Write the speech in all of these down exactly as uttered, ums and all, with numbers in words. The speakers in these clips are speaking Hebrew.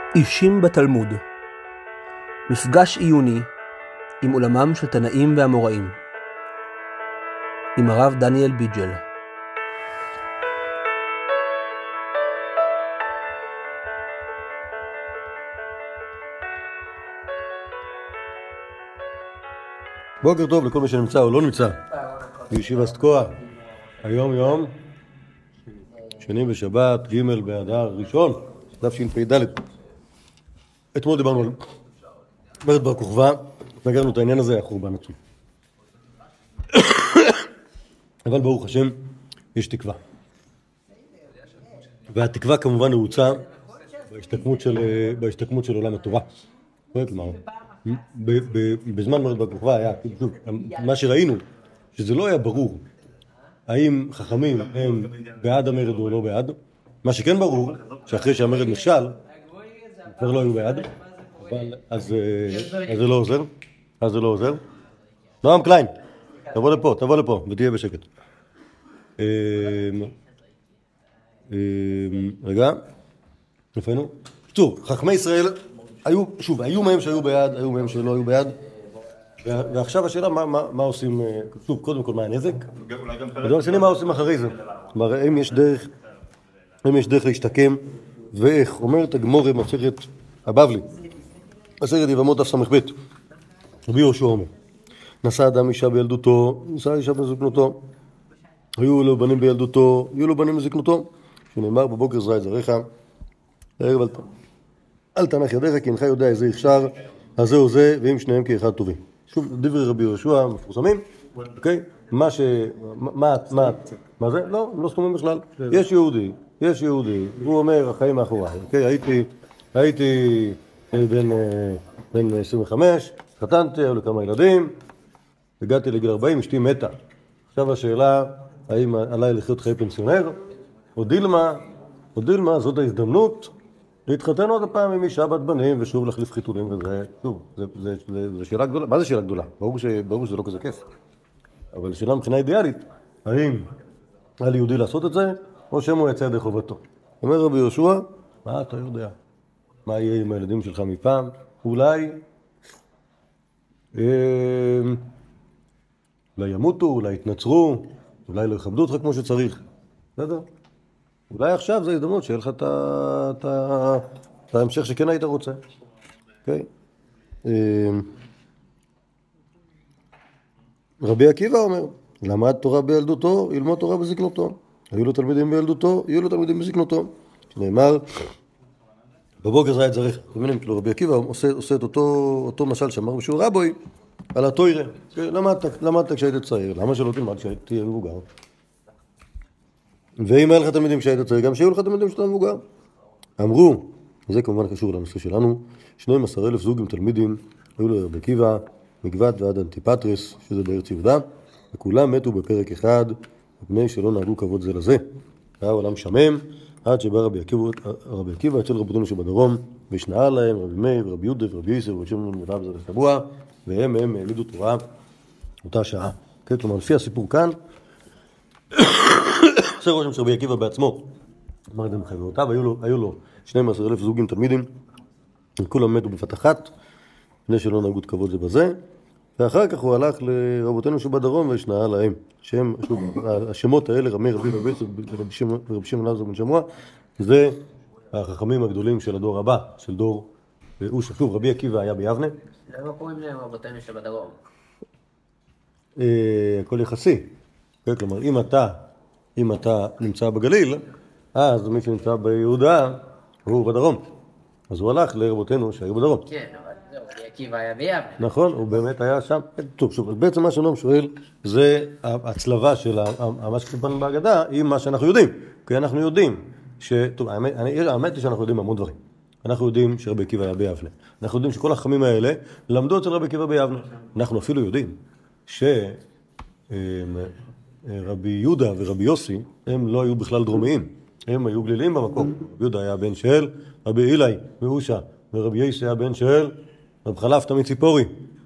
אישים בתלמוד. מפגש עיוני עם עולמם של תנאים ואמוראים. עם הרב דניאל ביג'ל. בוקר טוב לכל מי שנמצא או לא נמצא בישיבת תקוע. היום יום שני בשבת ג' באדר ראשון תשפ"ד. אתמול דיברנו על מרד בר כוכבא, נגענו את העניין הזה, החורבן עצמו. אבל ברוך השם יש תקווה, והתקווה כמובן נעוצה בהשתקמות של בהשתקמות של עולם התורה. כלומר, בזמן מרד בר כוכבא היה, מה שראינו, שזה לא היה ברור האם חכמים הם בעד המרד או לא בעד. מה שכן ברור, שאחרי שהמרד נכשל, כבר לא היו בעד, אבל אז זה לא עוזר, אז זה לא עוזר. נועם קליין, תבוא לפה, תבוא לפה, ותהיה בשקט. רגע, איפה היינו? טוב, חכמי ישראל, היו, שוב, היו מהם שהיו ביד, היו מהם שלא היו ביד, ועכשיו השאלה, מה, מה, מה עושים, שוב, קודם כל, מה הנזק? ודבר שני, מה עושים אחרי זה? כלומר, האם יש דרך, האם יש דרך להשתקם, ואיך? אומרת הגמרא במסכת הבבלי, מסכת יבמות דף ס"ב, רבי יהושע אומר, נשא אדם אישה בילדותו, נשא אישה בזקנותו, היו לו בנים בילדותו, היו לו בנים בזקנותו, שנאמר בבוקר זרע את זרעך, לערב אל תנח ידיך, כי אינך יודע איזה יכשר, הזה או זה, ואם שניהם כאחד טובים. שוב, דברי רבי יהושע מפורסמים, אוקיי? מה ש... מה, מה, מה זה? לא, הם לא סכומים בכלל. יש יהודי, יש יהודי, הוא אומר, החיים מאחוריי, אוקיי? הייתי, הייתי בן, בן עשרים וחמש, חתנתי, היו לי כמה ילדים, הגעתי לגיל ארבעים, אשתי מתה. עכשיו השאלה, האם עליי לחיות חיי פנסיונר, או דילמה, או דילמה, זאת ההזדמנות, להתחתן עוד הפעם עם אישה בת בנים ושוב להחליף חיתולים וזה, שוב, זה, זה, זה, זה שאלה גדולה. מה זה שאלה גדולה? ברור, ש, ברור שזה לא כזה כיף. אבל שאלה מבחינה אידיאלית, האם על יהודי לעשות את זה, או שמו יצא ידי חובתו. אומר רבי יהושע, מה אתה יודע? מה יהיה עם הילדים שלך מפעם? אולי, אה, אולי ימותו, אולי יתנצרו, אולי לא יכבדו אותך כמו שצריך. בסדר? אולי עכשיו זו הזדמנות שיהיה לך את ההמשך שכן היית רוצה. אוקיי? רבי עקיבא אומר, למד תורה בילדותו, ילמוד תורה בזקנותו. היו לו תלמידים בילדותו, יהיו לו תלמידים בזקנותו. שנאמר, בבוקר זרע את זרעך. כאילו רבי עקיבא עושה, עושה את אותו, אותו משל שאמר בשיעור רבוי, על התוירה. למדת, למדת כשהיית צעיר. למה שלא תלמד כשהיית מבוגר? ואם היה לך תלמידים כשהיית צעיר, גם שהיו לך תלמידים שאתה מבוגר. אמרו, וזה כמובן קשור לנושא שלנו, שנים עשר אלף זוג עם תלמידים, היו לרבי עקיבא, מגבת ועד אנטיפטרס, שזה בארץ יהודה, וכולם מתו בפרק אחד, מפני שלא נהגו כבוד זה לזה. היה עולם שמם, עד שבא רבי עקיבא אצל רבותינו שבדרום, והשנאה להם רבי מאיר ורבי יהודה ורבי יוסף ורבי שמעון ורבי זרע שבוע, והם הם העמידו תורה אותה שעה. כלומר, לפי הסיפור כאן, עושה רושם שרבי עקיבא בעצמו, אמר את זה מחברותיו, היו לו, היו לו שנים עשר אלף זוגים תלמידים, כולם מתו בבת אחת, לפני שלא נהגו כבוד זה בזה, ואחר כך הוא הלך לרבותינו שבדרום והשנאה להם, שהם, שוב, השמות האלה, רמי רבי רבי ורבי שמעון אלעזר בן שמוע, זה החכמים הגדולים של הדור הבא, של דור אושה. שוב, רבי עקיבא היה ביבנה. למה קוראים להם רבותינו שבדרום? הכל יחסי. כלומר, אם אתה אם אתה נמצא בגליל, אז מי שנמצא ביהודה הוא בדרום. אז הוא הלך לרבותינו שהיו בדרום. כן, אבל זהו, רבי עקיבא היה ביבנה. נכון, הוא באמת היה שם. טוב, שוב, בעצם מה שנועם שואל זה הצלבה של מה שכתוב בהגדה עם מה שאנחנו יודעים. כי אנחנו יודעים ש... טוב, האמת היא שאנחנו יודעים המון דברים. אנחנו יודעים שרבי עקיבא היה ביבנה. אנחנו יודעים שכל החכמים האלה למדו אצל רבי עקיבא ביבנה. אנחנו אפילו יודעים ש... רבי יהודה ורבי יוסי, הם לא היו בכלל דרומיים, הם היו גליליים במקום. רבי יהודה היה בן של רבי אילאי מאושה, ורבי יוסי היה בן של רב חלפתא מציפורי.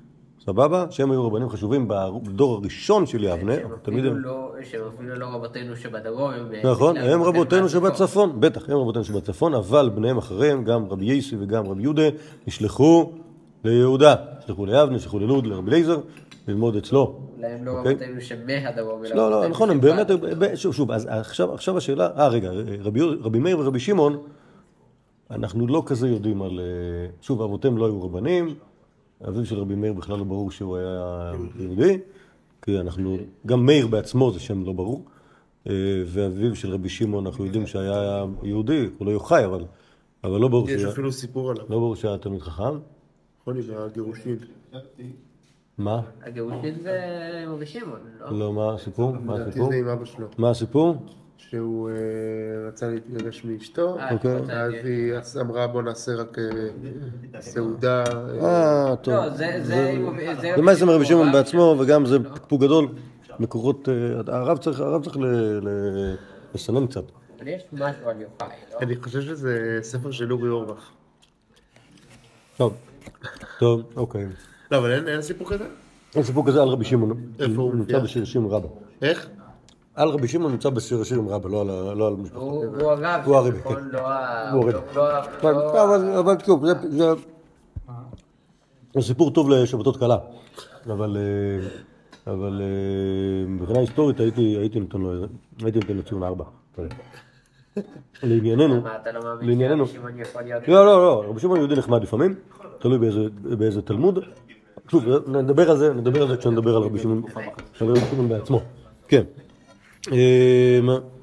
סבבה? שהם היו רבנים חשובים בדור הראשון של יבנה. שהם אפילו לא רבותינו שבדרום. נכון, הם רבותינו שבצפון, בטח, הם רבותינו שבצפון, אבל בניהם אחריהם, גם רבי יסי וגם רבי יהודה, נשלחו ליהודה, נשלחו ליבנה, נשלחו ללוד, לרבי אליעזר, ללמוד אצלו. להם לא רבותינו שמהדרום. לא, לא, נכון, הם באמת, שוב, שוב, אז עכשיו השאלה, אה, רגע, רבי מאיר ורבי שמעון, אנחנו לא כזה יודעים על, שוב, אבותיהם לא היו רבנים, אביו של רבי מאיר בכלל לא ברור שהוא היה יהודי, כי אנחנו, גם מאיר בעצמו זה שם לא ברור, ואביו של רבי שמעון אנחנו יודעים שהיה יהודי, הוא לא יוחאי, אבל, אבל לא ברור יש שהיה, אפילו סיפור עליו. לא ברור שהיה תלמיד חכם. נכון, והגירושין. מה? הגירושין זה רבי שמעון, לא? לא, מה הסיפור? מה לדעתי הסיפור? זה עם אבא שלו. מה הסיפור? שהוא אה, רצה להתגרש מאשתו, אוקיי. ואז היא אמרה בוא נעשה רק אה, סעודה. אה, טוב. לא, זה... זה זה מה זה מרבי שמעון בעצמו, וגם זה פקפוק גדול. מקורות, אה, הרב צריך, הרב צריך ל- ל- לסנן קצת. אבל יש משהו על יוחאי, לא? אני חושב שזה ספר של אורי אורבך. טוב, טוב, אוקיי. לא, אבל אין אין סיפור כזה? אין סיפור כזה על רבי שמעון. איפה הוא הוא נמצא מופיע? בשיר שירים רבא. איך? על רבי שמעון נמצא בשיר שירים רבא, לא על ה- לא על משפחתו. הוא הוא הרב, הוא הרבי, נכון? כן. לא ה... הוא הרבי. לא ה... אבל- לא- אבל, אבל טוב, זה, זה, זה סיפור טוב לשבתות קלה, אבל, אה, אבל אה, מבחינה היסטורית הייתי, הייתי נותן לו, איזה- הייתי נותן לו ציון ארבע. לענייננו, מה, אתה לא מאמין לענייננו, שרבי שמעון יכול להיות... לא, לא, לא, רבי שמעון יהודי נחמד לפעמים, תלוי באיזה, באיזה תלמוד. שוב, נדבר על זה, נדבר על זה כשנדבר על רבי שמעון, על רבי שמעון בעצמו. כן. אה,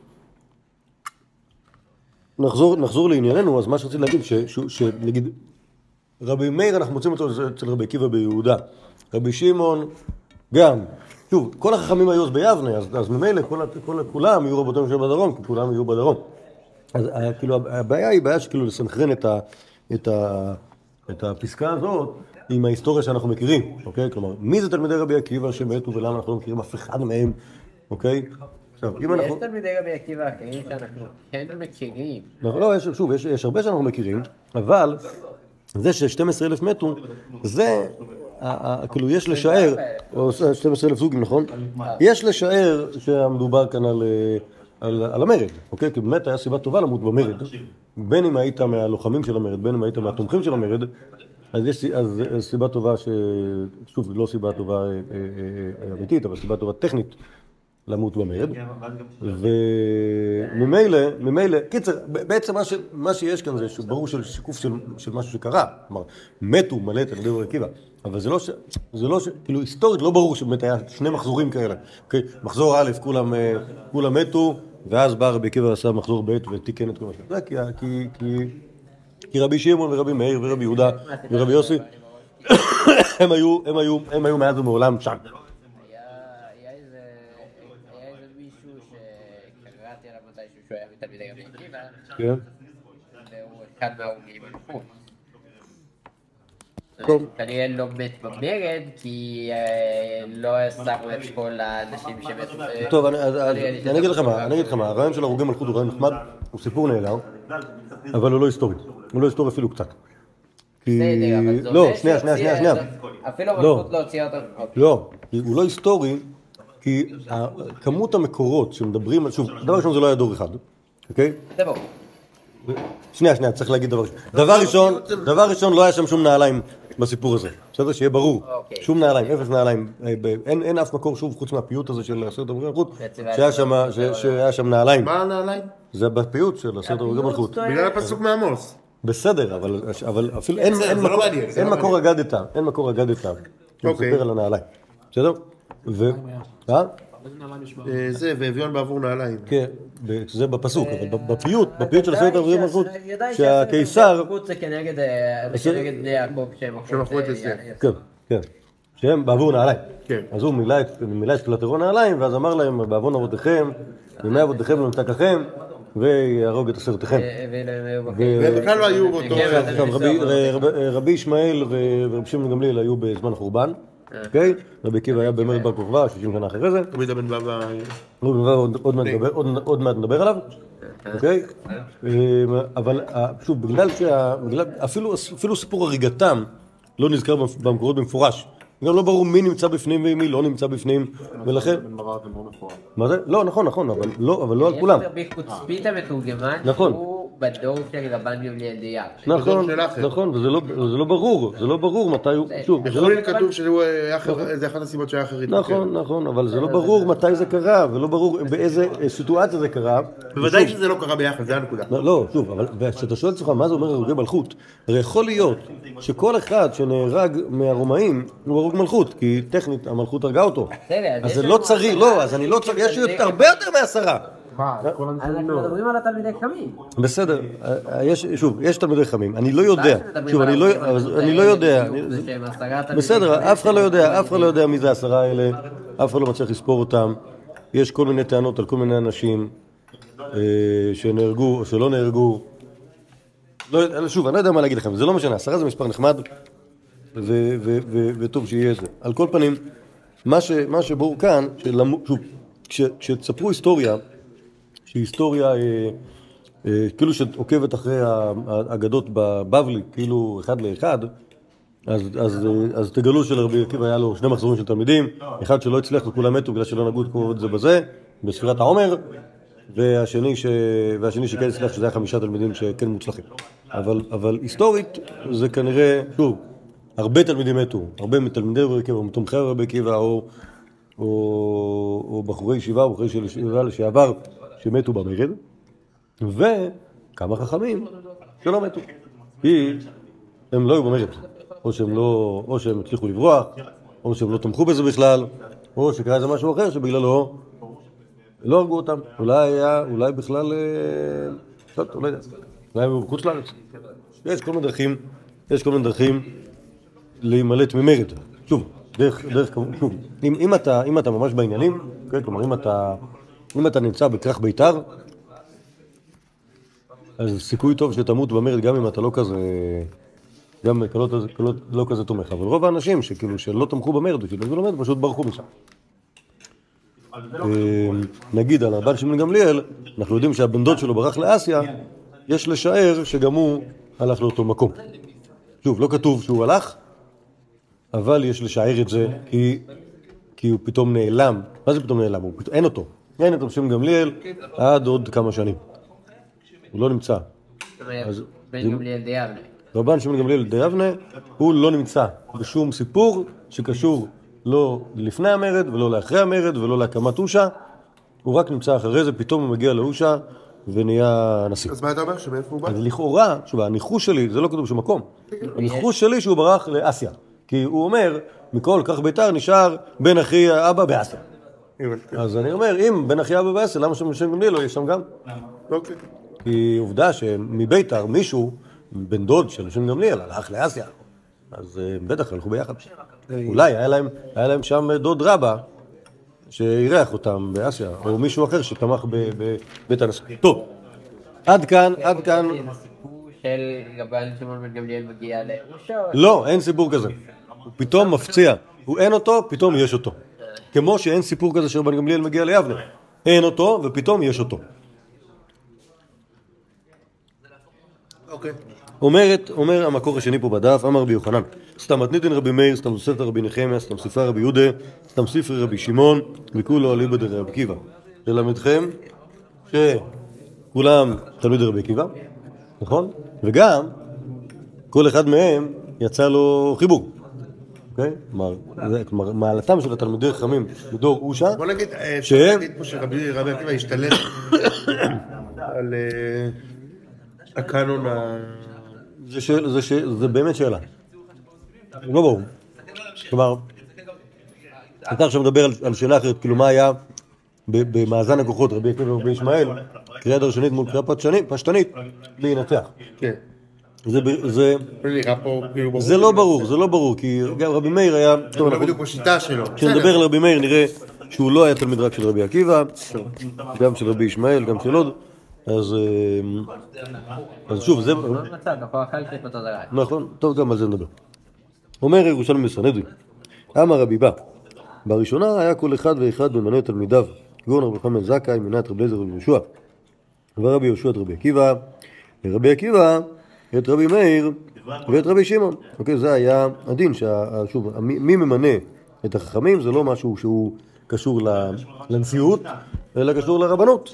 נחזור, נחזור לענייננו, אז מה שרציתי להגיד, ש, ש, שנגיד, רבי מאיר אנחנו מוצאים אותו אצל רבי עקיבא ביהודה, רבי שמעון גם, שוב, כל החכמים היו אז ביבנה, אז, אז ממילא כל, כל, כולם יהיו רבותינו שבדרום, כי כולם יהיו בדרום. אז ה- כאילו, הבעיה היא בעיה שכאילו לסנכרן את, ה, את, ה, את הפסקה הזאת עם ההיסטוריה שאנחנו מכירים, אוקיי? כלומר, מי זה תלמידי רבי עקיבא שמתו ולמה אנחנו לא מכירים אף אחד מהם, אוקיי? עכשיו, אם אנחנו... יש תלמידי רבי עקיבא אחרים שאנחנו כן מכירים. לא, לא, יש, שוב, יש, יש הרבה שאנחנו מכירים, אבל זה ש-שנים עשר אלף מתו, זה, ה- ה- כאילו, יש לשער, או שנים עשר אלף זוגים, נכון? יש לשער שהמדובר כאן על, אה, על, על המרד, אוקיי? כי באמת היה סיבה טובה למות במרד, בין אם היית מהלוחמים של המרד, בין אם היית מהתומכים של המרד, אז יש אז, אז סיבה טובה, ש... שוב, לא סיבה טובה אה, אה, אה, אמיתית, אבל סיבה טובה טכנית, למות במרד, וממילא, ממילא, קיצר, בעצם מה, ש, מה שיש כאן זה ברור של שיקוף של, של משהו שקרה, כלומר, מתו מלא תלמידי רבי עקיבא, אבל זה לא ש... זה לא ש... כאילו, היסטורית לא ברור שבאמת היה שני מחזורים כאלה, אוקיי? מחזור א', כולם, אה, כולם מתו, ואז בא רבי עקיבא ועשה מחזור ב' ותיקן את כל מה שזה, כי, כי, כי, כי רבי שמעון ורבי מאיר ורבי יהודה ורבי יוסי, הם היו, הם היו, הם היו מאז ומעולם שם. היה היה איזה היה איזה מישהו שקראתי עליו מתישהו שהוא היה מתלמידי רבי עקיבא, כן? והוא אחד מההרוגים הלכו. טוב. כנראה לא מת במרד, כי אה, לא שמו את כל האנשים שמתו. טוב, אני, אז, אז, אני אגיד לך מה, אני אגיד לך מה, הרעיון של הרוגי מלכות הוא רעיון נחמד, הוא סיפור נהדר, אבל הוא לא היסטורי, הוא לא היסטורי אפילו קצת. כי... בסדר, אבל זה לא, אומר שנייה, שנייה, שנייה, שהוציאה- שנייה. אפילו לא. מלכות לא הוציאה אותו. לא, כי הוא לא היסטורי, כי ה- כמות המקורות שמדברים, על- שוב, דבר ראשון זה לא היה דור אחד, אוקיי? זה ברור. שנייה, שנייה, צריך להגיד דבר ראשון. דבר ראשון, דבר ראשון, לא היה שם שום נעליים בסיפור הזה. בסדר? שיהיה ברור. אוקיי. שום נעליים, אפס נעליים. אה, ב- אין אין אף מקור, שוב, חוץ מהפיוט הזה של עשרת הרוגי מלכות, בעצם שהיה שם- ש- שהיה שם נעליים. מה הנעליים? זה בפיוט של עשרת הרוגי מלכות. בגלל הפסוק מעמוס. בסדר, אבל, אבל אפילו אין, בסדר, אין, זה לא מקור, מעניין, זה אין לא מקור אגדתא, אין מקור אגדתא, אוקיי. שמספר על הנעליים, בסדר? ו... אה? אה, זה, ואביון בעבור נעליים. כן, ב- זה בפסוק, אבל בפיוט, בפיוט של עשרת הרוגי מלכות, ידעי שהקיסר, זה כנגד אה, זה כנגד בני יעקב שמכרו את יוסף. כן, כן, שהם בעבור נעליים. כן. אז הוא מילא את מילא את פלטרון נעליים, ואז אמר להם, בעוון אבותיכם, בימי אבותיכם לא נתקכם, ויהרוג את עשרתכם. והם בכלל לא היו באותו... עכשיו, רבי- רבי- רבי ישמעאל ו- ורבי שמעון גמליאל היו בזמן החורבן, אוקיי? רבי עקיבא היה במרד בר כוכבא, שישים שנה אחרי זה. רבי דוד בן בבא... עוד עוד- עוד מעט נדבר- עוד- עוד מעט נדבר עליו, אוקיי? אבל אה, שוב, בגלל שה... בגלל- אפילו אפילו סיפור הריגתם לא נזכר במקורות במפורש גם לא ברור מי נמצא בפנים ומי לא נמצא בפנים, ולכן... מה זה? לא, נכון, נכון, אבל לא, אבל לא על כולם. יש רבי חוצפית המתורגמן, נכון. שהוא בדור של רבן גמליאל דיין. נכון, נכון, וזה לא ברור, זה לא ברור מתי הוא... שוב, בחולין כתוב שזה אחת הסיבות שהיה חרדי. נכון, נכון, אבל זה לא ברור מתי זה קרה, ולא ברור באיזה סיטואציה זה קרה. בוודאי שזה לא קרה ביחד, זה הנקודה. לא, שוב, אבל כשאתה שואל אצלך מה זה אומר הרוגי מלכות, הרי יכול להיות שכל אחד שנהרג מהרומאים הוא הרוג מלכות, כי טכנית המלכות הרגה אותו. אז זה לא צריך, לא, אז אני לא צריך, יש הרבה יותר מעשרה. אנחנו מדברים על התלמידי חכמים. בסדר, שוב, יש תלמידי חכמים, אני לא יודע, שוב, אני לא יודע, בסדר, אף אחד לא יודע, אף אחד לא יודע מי זה העשרה האלה, אף אחד לא מצליח לספור אותם, יש כל מיני טענות על כל מיני אנשים שנהרגו או שלא נהרגו, שוב, אני לא יודע מה להגיד לכם, זה לא משנה, עשרה זה מספר נחמד, וטוב שיהיה זה. על כל פנים, מה שברור כאן, כשתספרו היסטוריה, שהיא היסטוריה כאילו שעוקבת אחרי האגדות בבבלי, כאילו אחד לאחד, אז תגלו שלרבי עקיבא היה לו שני מחזורים של תלמידים, אחד שלא הצליח וכולם מתו בגלל שלא נגעו כמו זה בזה, בספירת העומר, והשני שכן הצליח שזה היה חמישה תלמידים שכן מוצלחים. אבל היסטורית זה כנראה, שוב, הרבה תלמידים מתו, הרבה מתלמידי רבי עקיבא, מתומכי רבי עקיבא, או בחורי ישיבה, או בחורי ישיבה לשעבר, שמתו במרד, וכמה חכמים שלא מתו, כי הם לא היו במרד, או שהם לא, או שהם הצליחו לברוח, או שהם לא תמכו בזה בכלל, או שקרה איזה משהו אחר שבגללו לא הרגו אותם. אולי היה, אולי בכלל, לא, לא יודע, אולי הם בחוץ לארץ. יש כל מיני דרכים, יש כל מיני דרכים להימלט ממרד. שוב, דרך, דרך, שוב, אם, אם אתה, אם אתה ממש בעניינים, כן, כלומר, אם אתה, אם אתה נמצא בכרך ביתר, אז סיכוי טוב שתמות במרד גם אם אתה לא כזה, גם לא, לא, לא כזה תומך. אבל רוב האנשים שכאילו שלא תמכו במרד, שלא לומד, פשוט ברחו משם. נגיד על רבן שמעון גמליאל, אנחנו יודעים שהבן דוד שלו ברח לאסיה, יש לשער שגם הוא הלך לאותו מקום. שוב, לא כתוב שהוא הלך, אבל יש לשער את זה כי, כי הוא פתאום נעלם. מה זה פתאום נעלם? הוא פתאום, אין אותו. אין את רבן שמעון גמליאל עד עוד כמה שנים. הוא לא נמצא. בן גמליאל די אבנה. רבן שמעון גמליאל די אבנה, הוא לא נמצא בשום סיפור שקשור לא לפני המרד ולא לאחרי המרד ולא להקמת אושה. הוא רק נמצא אחרי זה, פתאום הוא מגיע לאושה ונהיה נשיא. אז מה אתה אומר? שמאיפה הוא בא? אז לכאורה, שוב, הניחוש שלי, זה לא כתוב בשום מקום. הניחוש שלי שהוא ברח לאסיה. כי הוא אומר, מכל כך ביתר נשאר בן אחי אבא באסיה. אז אני אומר, אם בן אחי אבא באסיה, למה שם שם גמליאל לא יש שם גם? אוקיי. כי עובדה שמביתר מישהו, בן דוד של שם גמליאל, הלך לאסיה. אז בטח הלכו ביחד. אולי היה להם, היה להם שם דוד רבא שאירח אותם באסיה, או מישהו אחר שתמך בבית הנשיא. טוב, עד כאן, עד כאן. הסיפור של רבן שמעון בן גמליאל מגיע לאושה? לא, אין סיפור כזה. הוא פתאום מפציע. הוא אין אותו, פתאום יש אותו. כמו שאין סיפור כזה שרבן גמליאל מגיע ליבנה. אין אותו, ופתאום יש אותו. אוקיי. אומרת, אומר המקור השני פה בדף, אמר רבי יוחנן, סתם מתניתין רבי מאיר, סתם ספר רבי נחמיה, סתם ספר רבי יהודה, סתם ספר רבי שמעון, וכולו אליבא דרבי עקיבא. ללמדכם שכולם תלמידי רבי עקיבא, נכון? וגם כל אחד מהם יצא לו חיבור. אוקיי? כלומר, מעלתם של התלמידי חכמים בדור אושה, בוא נגיד, אפשר להגיד פה שרבי עקיבא השתלט על הקאנון ה... זה באמת שאלה. לא ברור. כלומר, אתה עכשיו מדבר על שאלה אחרת, כאילו מה היה במאזן הכוחות, רבי עקיבא ורבי ישמעאל, קריאה דרשנית מול קריאה פשטנית, להינצח. כן. זה לא ברור, זה לא ברור, כי גם רבי מאיר היה... זה לא בדיוק בשיטה שלו. כשנדבר על רבי מאיר נראה שהוא לא היה תלמיד רק של רבי עקיבא, גם של רבי ישמעאל, גם של עוד. אז אז שוב, זה... נכון, טוב, גם על זה נדבר. אומר ירושלמי בסנהדרין, אמר רבי בא, בראשונה היה כל אחד ואחד ממנה תלמידיו, כגון רבי חמאל זכאי, מנת רבי אליעזר ורבי יהושע, ורבי יהושע את רבי עקיבא, ורבי עקיבא את רבי מאיר ואת רבי שמעון. אוקיי, זה היה הדין, שוב, מי ממנה את החכמים זה לא משהו שהוא קשור לנשיאות, אלא קשור לרבנות.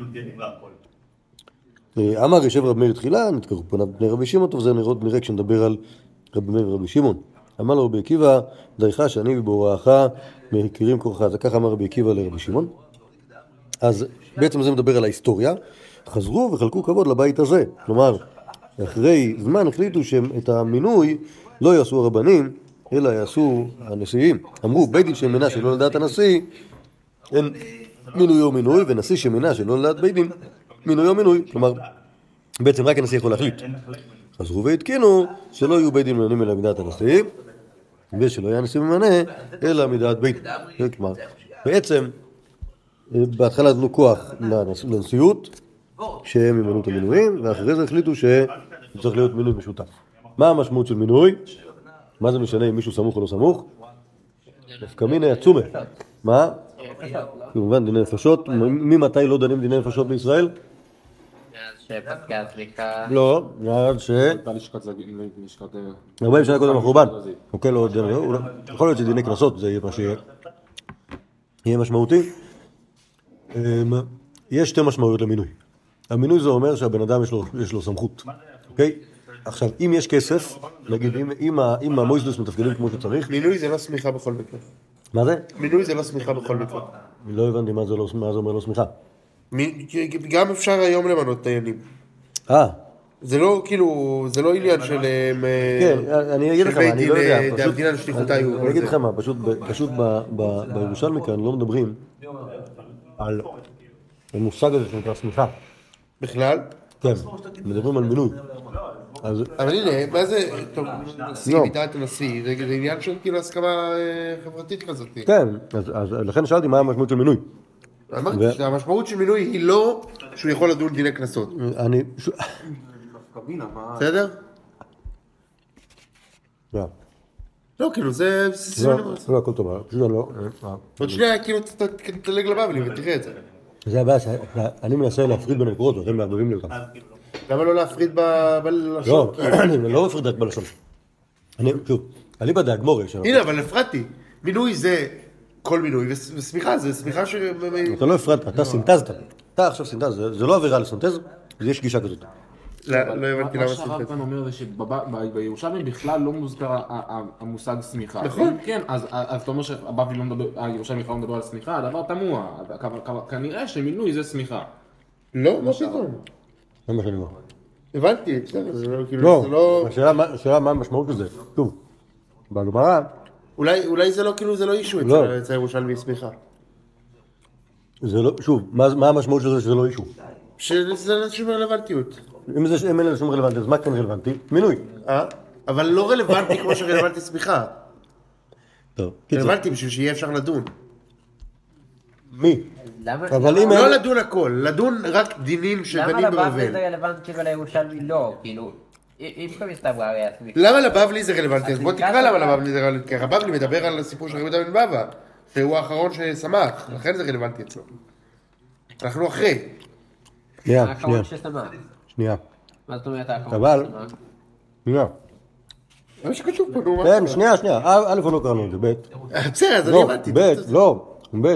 אמר ישב רב מאיר תחילה, נתקראו פניו בני רבי שמעון, טוב זה נראה כשנדבר על רבי מאיר ורבי שמעון. אמר לו רבי עקיבא, דייך שאני ובהוראך מכירים כורך, אז ככה אמר רבי עקיבא לרבי שמעון. אז בעצם זה מדבר על ההיסטוריה, חזרו וחלקו כבוד לבית הזה. כלומר, אחרי זמן החליטו שאת המינוי לא יעשו הרבנים, אלא יעשו הנשיאים. אמרו, בית דין שמינה שלא לדעת הנשיא, אין מינוי או מינוי, ונשיא שמינה שלא לדעת בית דין, מינוי או מינוי. כלומר, בעצם רק הנשיא יכול להחליט. חזרו והתקינו שלא יהיו בית דין ממנים אלא מדעת הנשיא, ושלא יהיה הנשיא ממנה אלא מדעת בית דין. כלומר, בעצם, בהתחלה נתנו כוח לנשיאות, שהם ימנו את המינויים, ואחרי זה החליטו שצריך להיות מינוי משותף. מה המשמעות של מינוי? מה זה משנה אם מישהו סמוך או לא סמוך? נפקא מינה עצומה. מה? כמובן דיני נפשות. ממתי לא דנים דיני נפשות בישראל? שפסקה סליחה. לא, עד ש... ארבעים שנה קודם החורבן. אוקיי, לא, יכול להיות שדיני קנסות, זה יהיה מה שיהיה. יהיה משמעותי. יש שתי משמעויות למינוי. המינוי זה אומר שהבן אדם יש לו, יש לו סמכות. אוקיי? עכשיו, אם יש כסף, נגיד, אם, אם, אם המויסדוס מתפקדים כמו שצריך... מינוי זה לא סמיכה בכל מקרה. מה זה? מינוי זה לא סמיכה בכל מקרה. לא הבנתי מה זה, לא, מה זה אומר לא סמיכה. גם אפשר היום למנות דיינים. אה. זה לא, כאילו, זה לא עניין של... כן, אני אגיד לך מה, אני לא יודע. דין על שליחותה היו. אני אגיד לך מה, פשוט, פשוט בירושלמי כאן לא מדברים על המושג הזה שנקרא סמיכה. בכלל? כן, מדברים על מינוי. אבל הנה, מה זה, טוב, נשיא, מדעת הנשיא, זה עניין של כאילו הסכמה חברתית כזאת. כן, אז לכן שאלתי מה המשמעות של מינוי. אמרתי שהמשמעות של מינוי היא לא שהוא יכול לדון דיני קנסות. אני... בסדר? לא. לא, כאילו, זה... לא, הכל טוב, פשוט אני לא... עוד שנייה, כאילו, תתלג לבבלי ותראה את זה. זה הבעיה שאני מנסה להפריד בין הנקודות, ואתם מערבבים לי אותם. למה לא להפריד בלשון? לא, אני לא מפריד רק בלשון. אני, שוב, אני בדעה גמורה. הנה, אבל הפרדתי. מינוי זה כל מינוי, וסמיכה זה סמיכה ש... אתה לא הפרדת, אתה סינטזת. אתה עכשיו סינטז, זה לא עבירה לסינטז, יש גישה כזאת. לא הבנתי למה סמיכה. מה שהרב כאן אומר זה שבירושלמי בכלל לא מוזכר המושג סמיכה. נכון. כן, אז אתה אומר שהבבלי לא מדבר, הירושלמי בכלל לא מדבר על סמיכה, הדבר תמוה. כנראה שמינוי זה סמיכה. לא, מה פתאום? זה מה שאני אומר. הבנתי, כאילו, זה לא... השאלה מה המשמעות לזה, שוב, בגמרא... אולי זה לא, כאילו, זה לא אישו אצל הירושלמי סמיכה. זה לא, שוב, מה המשמעות של זה שזה לא אישו? שזה לא שום רלוונטיות. אם אין לזה שום רלוונטי, אז מה כן רלוונטי? מינוי. אה? אבל לא רלוונטי כמו שרלוונטי סמיכה. טוב. רלוונטי בשביל שיהיה אפשר לדון. מי? למה? לא לדון הכל, לדון רק דינים שדנים למה לבבלי בבבל. זה רלוונטי ולירושלמי לא? כאילו, אי אפשר מסתבר הרי הסמיכה. למה לבבלי זה רלוונטי? אז בוא תקרא למה לבבלי זה רלוונטי. כי הבבלי מדבר על הסיפור של רבי יהודה בן בבא, שהוא האחרון ששמח, לכן זה רלוונטי אצלו. אנחנו אחרי. שנייה, האחרון שנייה. ששמח. שנייה. מה זאת אומרת האחרון אבל... ששמח? שנייה. מה שכתוב פה, נו, מה? כן, שנייה, שנייה. א', לא קראנו את זה, ב'. בסדר, אז אני לא, הבנתי. ב', לא, ב'.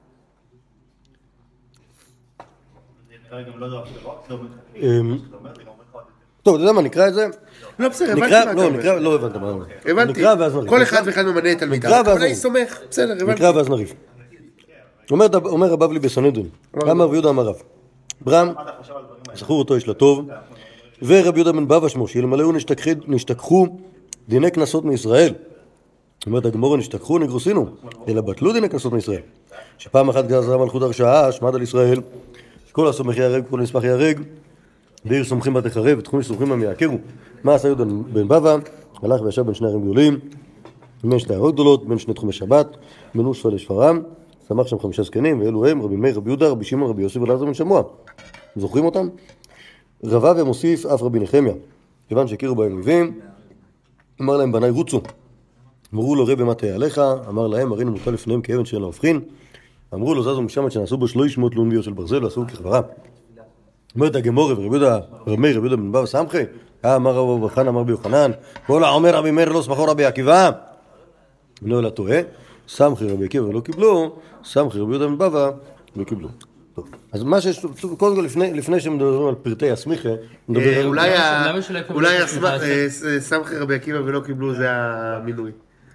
טוב, אתה יודע מה, נקרא את זה? לא, בסדר, הבנתי נקרא, מה אתה לא, אומר. נקרא, לא הבנת מה. הבנתי. נקרא ואז נריב. כל אחד ואחד ממנה את נקרא תלמידיו. ואז אבל אני נריב. סומך. בסדר, הבנתי. נקרא ואז נריב. אומר, אומר הבבלי בסנהדרין, אמר רבי יהודה אמר רב, ברם, זכור אותו איש לטוב, ורבי יהודה בן בבא שמו, שאלמלאו נשתכחו דיני קנסות מישראל. אומרת הגמרא, נשתכחו נגרוסינו, אלא בטלו דיני קנסות מישראל. שפעם אחת גזרה מלכות הרשעה, שמד על ישראל, שכל הסומך יהרג, כל נספח יהרג, בעיר סומכים בה תחרב, ותחומים שסומכים בה יעקרו. מה עשה יהודה בן בבא? הלך וישב בין שני ערים גדולים, בין שתי ערות גדולות, בין שני תחומי שבת, בין אוספא לשפרעם, שמח שם חמישה זקנים, ואלו הם רבי מאיר, רבי יהודה, רבי שמעון, רבי יוסף ואלעזר בן שמוע. זוכרים אותם? רבא ומוסיף אף רבי נחמיה. כיוון שהכירו בהם אויבים, אמר להם בניי רוצו. אמרו לו רבי מה תהיה עליך? אמר להם הרינו מוטל לפניהם כאבן שאין לה הופכין. אמרו לו זזו משם שנעשו בו שלוש מאות לונביות של ברזל ועשו כחברה. אומרת הגמורה ורבי יהודה, רבי מאיר, רבי יהודה בן בבא סמכי, אמר רבי אברהם, אמר רבי יוחנן, כל האומר רבי מאיר לא סמכו רבי עקיבא, לא אלא טועה, סמכי רבי עקיבא ולא קיבלו, סמכי רבי יהודה בן בבא ולא קיבלו. טוב, אז מה שיש, קודם כל לפני שמדברים על פרטי הסמיכה, נדבר על... אולי סמכי רבי עקיבא ולא קיבלו זה המינוי.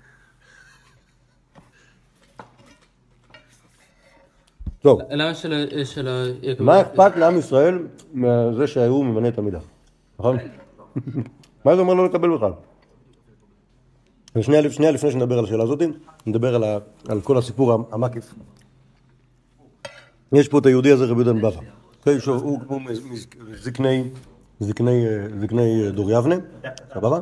טוב, למה של... מה אכפת לעם ישראל מזה שהיו ממנה את המידה? נכון? מה זה אומר לא לקבל בכלל? שנייה, שנייה לפני שנדבר על השאלה הזאת, נדבר על, ה, על כל הסיפור המקיף. יש פה את היהודי הזה, רבי יהודה בן בבא. הוא, הוא, הוא זקני, זקני, זקני דור יבנה, סבבה?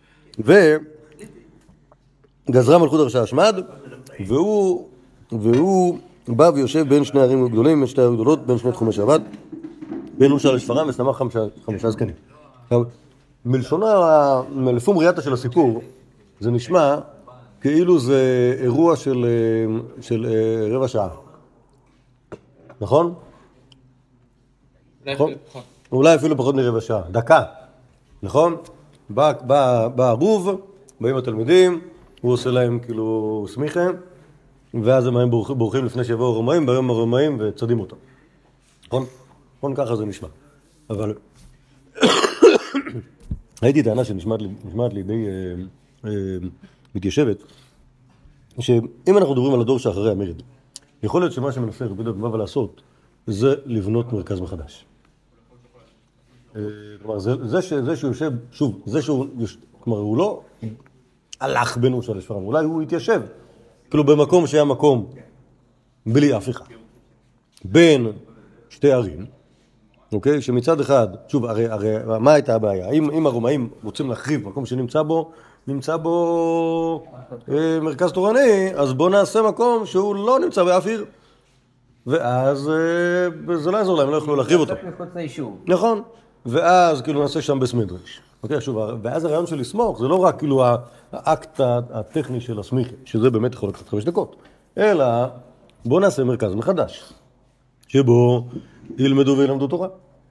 וגזרה מלכות הרשע השמד, והוא, והוא בא ויושב בין שני ערים גדולים, בין שתי ערים גדולות, בין שני תחומי שבת, בין אושר לשפרעם וסמך חמישה, חמישה זקנים. מלשונה, לפום ראייתה של הסיפור, זה נשמע כאילו זה אירוע של, של רבע שעה. נכון? נכון? אולי אפילו פחות מרבע שעה. דקה. נכון? בא, בא, בא ערוב, באים התלמידים, הוא עושה להם כאילו סמיכה, ואז הם בורחים, בורחים לפני שיבואו הרומאים, באים הרומאים וצדים אותם. נכון? נכון, ככה זה נשמע. אבל הייתי טענה שנשמעת לי, נשמעת לי די אה, אה, מתיישבת, שאם אנחנו מדברים על הדור שאחרי המרד, יכול להיות שמה שמנסה רבי יהודה בן בבא לעשות, זה לבנות מרכז מחדש. אה, כלומר, זה, זה, ש, זה שהוא יושב, שוב, זה שהוא, כלומר, הוא לא הלך בין אושר לשפרעם, אולי הוא התיישב, כאילו במקום שהיה מקום בלי אף אחד, בין שתי ערים, אוקיי? שמצד אחד, שוב, הרי, הרי מה הייתה הבעיה? אם, אם הרומאים רוצים להחריב מקום שנמצא בו, נמצא בו אה, מרכז תורני, אז בוא נעשה מקום שהוא לא נמצא באף עיר. ואז אה, זה לא יעזור להם, לא יוכלו להחריב אותו. נכון. ואז כאילו נעשה שם בית מדרש. אוקיי, שוב, ואז הרעיון של לסמוך זה לא רק כאילו האקט הטכני של הסמיכה, שזה באמת יכול לקחת חמש דקות, אלא בוא נעשה מרכז מחדש, שבו ילמדו וילמדו תורה.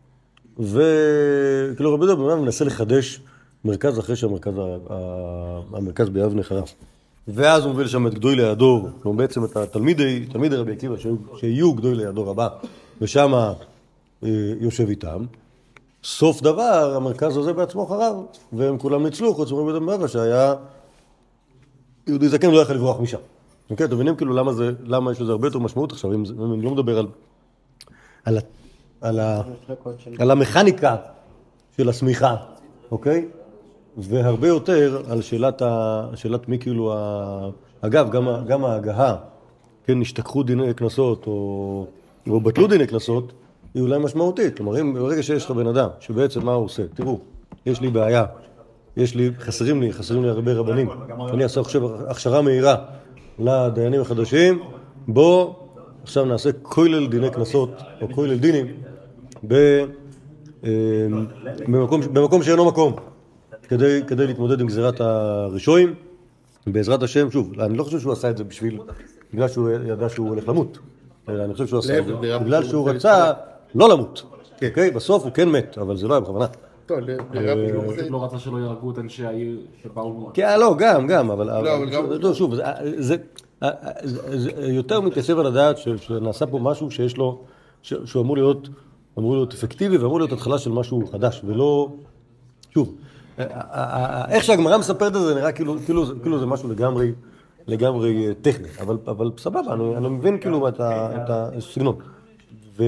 וכאילו רבי יהודה בן בבא מנסה לחדש מרכז אחרי שהמרכז המרכז ביבנה חרב. ואז הוא מביא לשם את גדולי הדור, כלומר בעצם את התלמידי, תלמידי רבי עקיבא, שיהיו גדולי הדור הבא, ושם יושב איתם. סוף דבר, המרכז הזה בעצמו חרב, והם כולם ניצלו, חוץ מרבי יהודה בן בבא, שהיה יהודי זקן לא יכל לברוח משם. אוקיי, אתם מבינים כאילו למה זה, למה יש לזה הרבה יותר משמעות עכשיו, אם אני לא מדבר על על, על, ה, על המכניקה של הסמיכה, אוקיי? והרבה יותר על שאלת, ה, שאלת מי כאילו, ה, אגב, גם, גם ההגהה, כן, השתכחו דיני כנסות או, או בטלו דיני כנסות, היא אולי משמעותית. כלומר, אם ברגע שיש לך בן אדם, שבעצם מה הוא עושה? תראו, יש לי בעיה, יש לי, חסרים לי, חסרים לי הרבה רבנים, אני אעשה עכשיו הכשרה מהירה לדיינים החדשים, בוא, עכשיו נעשה כולל דיני כנסות, או כולל דינים, במקום, במקום שאינו מקום, כדי, כדי להתמודד עם גזירת הרישויים, בעזרת השם, שוב, אני לא חושב שהוא עשה את זה בשביל, בגלל שהוא ידע שהוא הולך למות, אלא אני חושב שהוא עשה את זה, בגלל שהוא רצה לא למות, אוקיי? בסוף הוא כן מת, אבל זה לא היה בכוונה. טוב, לא רצה שלא יהרגו את אנשי העיר שבאו... כן, לא, גם, גם, אבל... שוב, זה... יותר מתיישב על הדעת שנעשה פה משהו שיש לו, שהוא אמור להיות, אמור להיות אפקטיבי ואמור להיות התחלה של משהו חדש, ולא, שוב, איך שהגמרא מספרת את זה נראה כאילו, כאילו, כאילו זה משהו לגמרי, לגמרי טכני, אבל, אבל סבבה, אני, אני מבין כאילו את הסגנון. ו...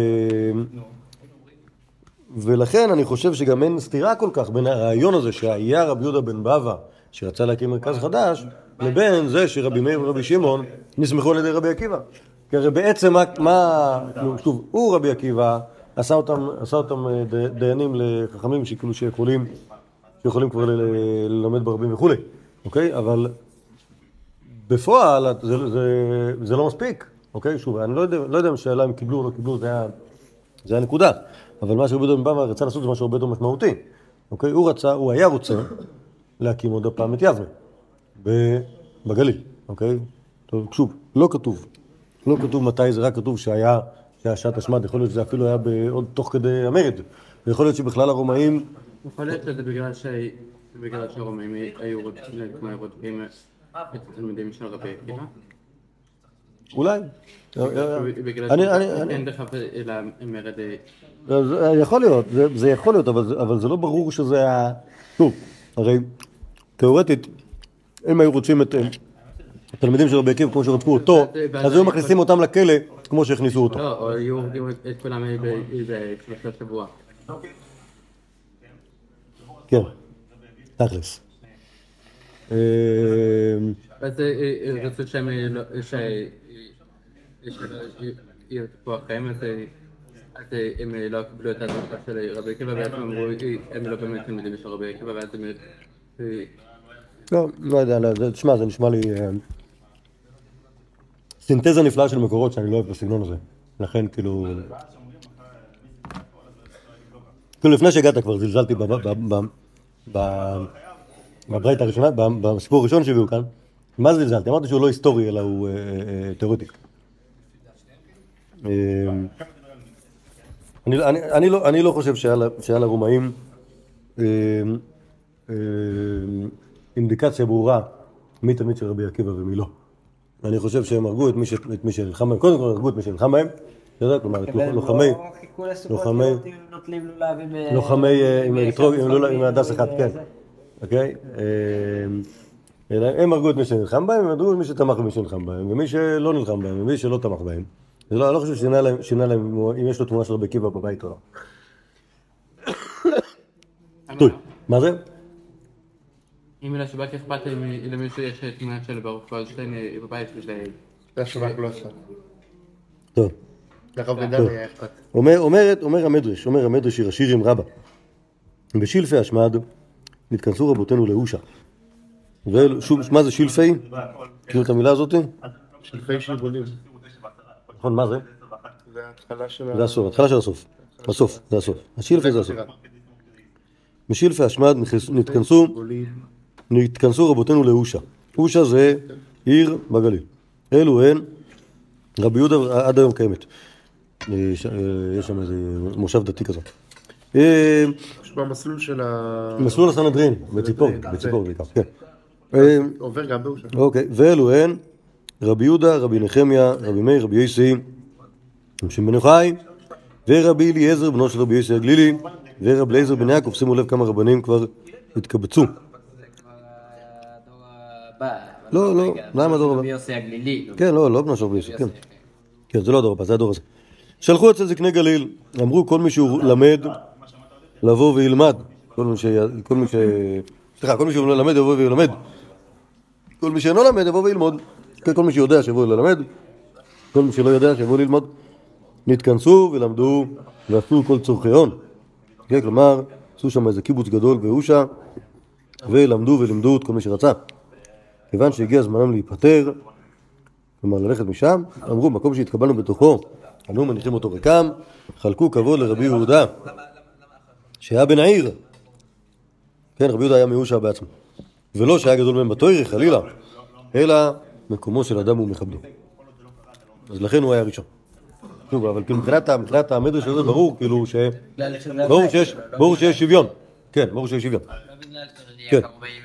ולכן אני חושב שגם אין סתירה כל כך בין הרעיון הזה שהיה רבי יהודה בן בבא, שרצה להקים מרכז חדש, לבין זה שרבי מאיר ורבי שמעון נסמכו על ידי רבי עקיבא. כי הרי בעצם מה, שוב, הוא רבי עקיבא, עשה אותם, עשה אותם דיינים לחכמים שכאילו שיכולים, שיכולים כבר ללמד ברבים וכו'. אוקיי? אבל בפועל זה, זה, זה לא מספיק. אוקיי? שוב, אני לא יודע, לא יודע אם שאלה אם קיבלו או לא קיבלו, זה היה, זה היה נקודה. אבל מה שרבי יהודה בן בבא רצה לעשות זה משהו הרבה יותר משמעותי. אוקיי? הוא רצה, הוא היה רוצה להקים עוד פעם את יבנה. בגליל, אוקיי? טוב, שוב, לא כתוב. לא כתוב מתי זה, רק כתוב שהיה, שהיה שעת השמד. יכול להיות שזה אפילו היה עוד תוך כדי המרד. ויכול להיות שבכלל הרומאים יכול להיות שזה בגלל ש... בגלל שהרומאים היו רוצים את התלמידים של רבי עקיבא? אולי. בגלל שאין דרך למרד... יכול להיות, זה יכול להיות, אבל זה לא ברור שזה ה... טוב, הרי תיאורטית, אם היו רוצים את התלמידים של רבי עקיבא כמו שרצו אותו, אז היו מכניסים אותם לכלא כמו שהכניסו אותו. לא, או היו הורגים את כולם בשלושה שבוע. כן, תכלס. אז רצו שהם ירדפו אחריהם, אז הם לא קיבלו את ההדרכה של רבי עקיבא, ואז הם אמרו, הם לא באמת תלמידים של רבי עקיבא, ואז הם... לא, לא יודע, תשמע, זה נשמע לי סינתזה נפלאה של מקורות שאני לא אוהב בסגנון הזה. לכן, כאילו... כאילו, לפני שהגעת כבר זלזלתי בברייתא הראשונה, בסיפור הראשון שהביאו כאן. מה זה זלזלתי? אמרתי שהוא לא היסטורי, אלא הוא תיאורטי. אני לא חושב שהיה לרומאים אינדיקציה ברורה מי תלמיד של רבי עקיבא ומי לא. אני חושב שהם הרגו את מי שנלחם בהם, קודם כל הרגו את מי שנלחם בהם, כלומר, לוחמי, לוחמי, לוחמי עם הדס אחד, כן, אוקיי? הם הרגו את מי שנלחם בהם, הם הרגו את מי שתמך במי שנלחם בהם, ומי שלא נלחם בהם, ומי שלא תמך בהם. אני לא חושב ששינה להם אם יש לו תמונה של רבי עקיבא בבית או לא. טוב, מה זה? אם לשב"כ אכפת למישהו יש תמונה של ברוך גולדשטיין בבית של... זה השב"כ לא עשה. טוב. לרב בן דוד היה אכפת. אומר המדרש, אומר המדרש שיר השיר עם רבא. בשילפי השמד נתכנסו רבותינו לאושה. ושוב, מה זה שילפי? כאילו את המילה הזאת? שילפי שלבונים. נכון, מה זה? זה ההתחלה של... זה הסוף, ההתחלה של הסוף. הסוף, זה הסוף. השילפי זה הסוף. בשילפי השמד נתכנסו, נתכנסו רבותינו לאושה. אושה זה עיר בגליל. אלו הן, רבי יהודה עד היום קיימת. יש שם איזה מושב דתי כזה. יש במסלול של ה... מסלול הסנהדרין, בציפור, בציפור בעיקר, כן. עובר גם באושה. אוקיי, ואלו הן, רבי יהודה, רבי נחמיה, רבי מאיר, רבי יסי, רבי שמעון בן יוחאי, ורבי אליעזר, בנו של רבי יסי הגלילי, ורבי אליעזר בן יעקב. שימו לב כמה רבנים כבר התקבצו. לא, לא, למה הדור הבא? רבי יוסי הגלילי. כן, לא, לא בנו של רבי יוסי, כן. כן, זה לא הדור הבא, זה הדור הזה. שלחו אצל זקני גליל, אמרו כל מי שהוא למד, לבוא וילמד. כל מי ש... כל מי ש... סליחה, כל מי שהוא למד, יבוא וילמד. כל מי שאינו למד, יבוא וילמוד. כל מי שיודע שיבוא ללמד, כל מי שלא יודע שיבוא ללמוד. נתכנסו ולמדו ועשו כל צורכיון. כן, כלומר, עשו שם איזה קיבוץ גדול באושה, ולמדו ולימדו את כל מי שרצה. כיוון שהגיע זמנם להיפטר, כלומר ללכת משם, אמרו, מקום שהתקבלנו בתוכו, אנו מניחים אותו ריקם, חלקו כבוד לרבי יהודה, שהיה בן העיר. כן, רבי יהודה היה מאושה בעצמו. ולא שהיה גדול מהם בתוירי, חלילה, אלא מקומו של אדם הוא מכבדו. אז לכן הוא היה ראשון. שוב, אבל כאילו מבחינת המדרש הזה ברור, כאילו ש... ברור שיש שוויון. כן, ברור שיש שוויון. כן.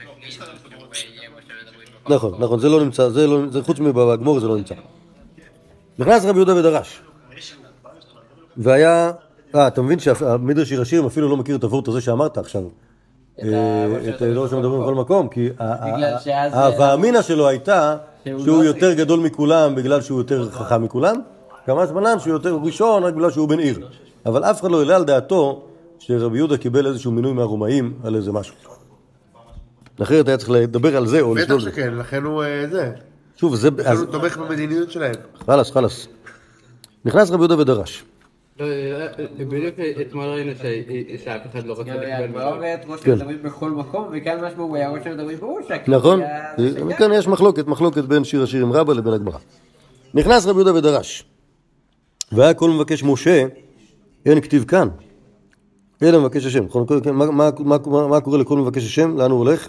נכון, נכון, זה לא נמצא, זה לא, זה חוץ מבגמור זה לא נמצא. נכנס רבי יהודה ודרש. והיה, אה, אתה מבין שהמדרש שיר השירים אפילו לא מכיר את הוורט הזה שאמרת עכשיו. את הדור שמדברים בכל מקום, כי ההווה שלו הייתה שהוא יותר גדול מכולם בגלל שהוא יותר חכם מכולם, כמה זמנם שהוא יותר ראשון רק בגלל שהוא בן עיר. אבל אף אחד לא העלה על דעתו שרבי יהודה קיבל איזשהו מינוי מהרומאים על איזה משהו. אחרת היה צריך לדבר על זה או לשלול זה. בטח שכן, לכן הוא זה. שוב, זה... לכן הוא תומך במדיניות שלהם. חלס, חלס. נכנס רבי יהודה ודרש. בדיוק אתמול ראינו שאף אחד לא רוצה לקבל מלא. אומרת ראש מדברים בכל מקום, וכאן משהו הוא היה ראש מדברים באושה. נכון, וכאן יש מחלוקת, מחלוקת בין שיר השיר עם רבא לבין הגמרא. נכנס רבי יהודה ודרש. והיה כל מבקש משה, אין כתיב כאן. אלא מבקש השם. מה קורה לכל מבקש השם? לאן הוא הולך?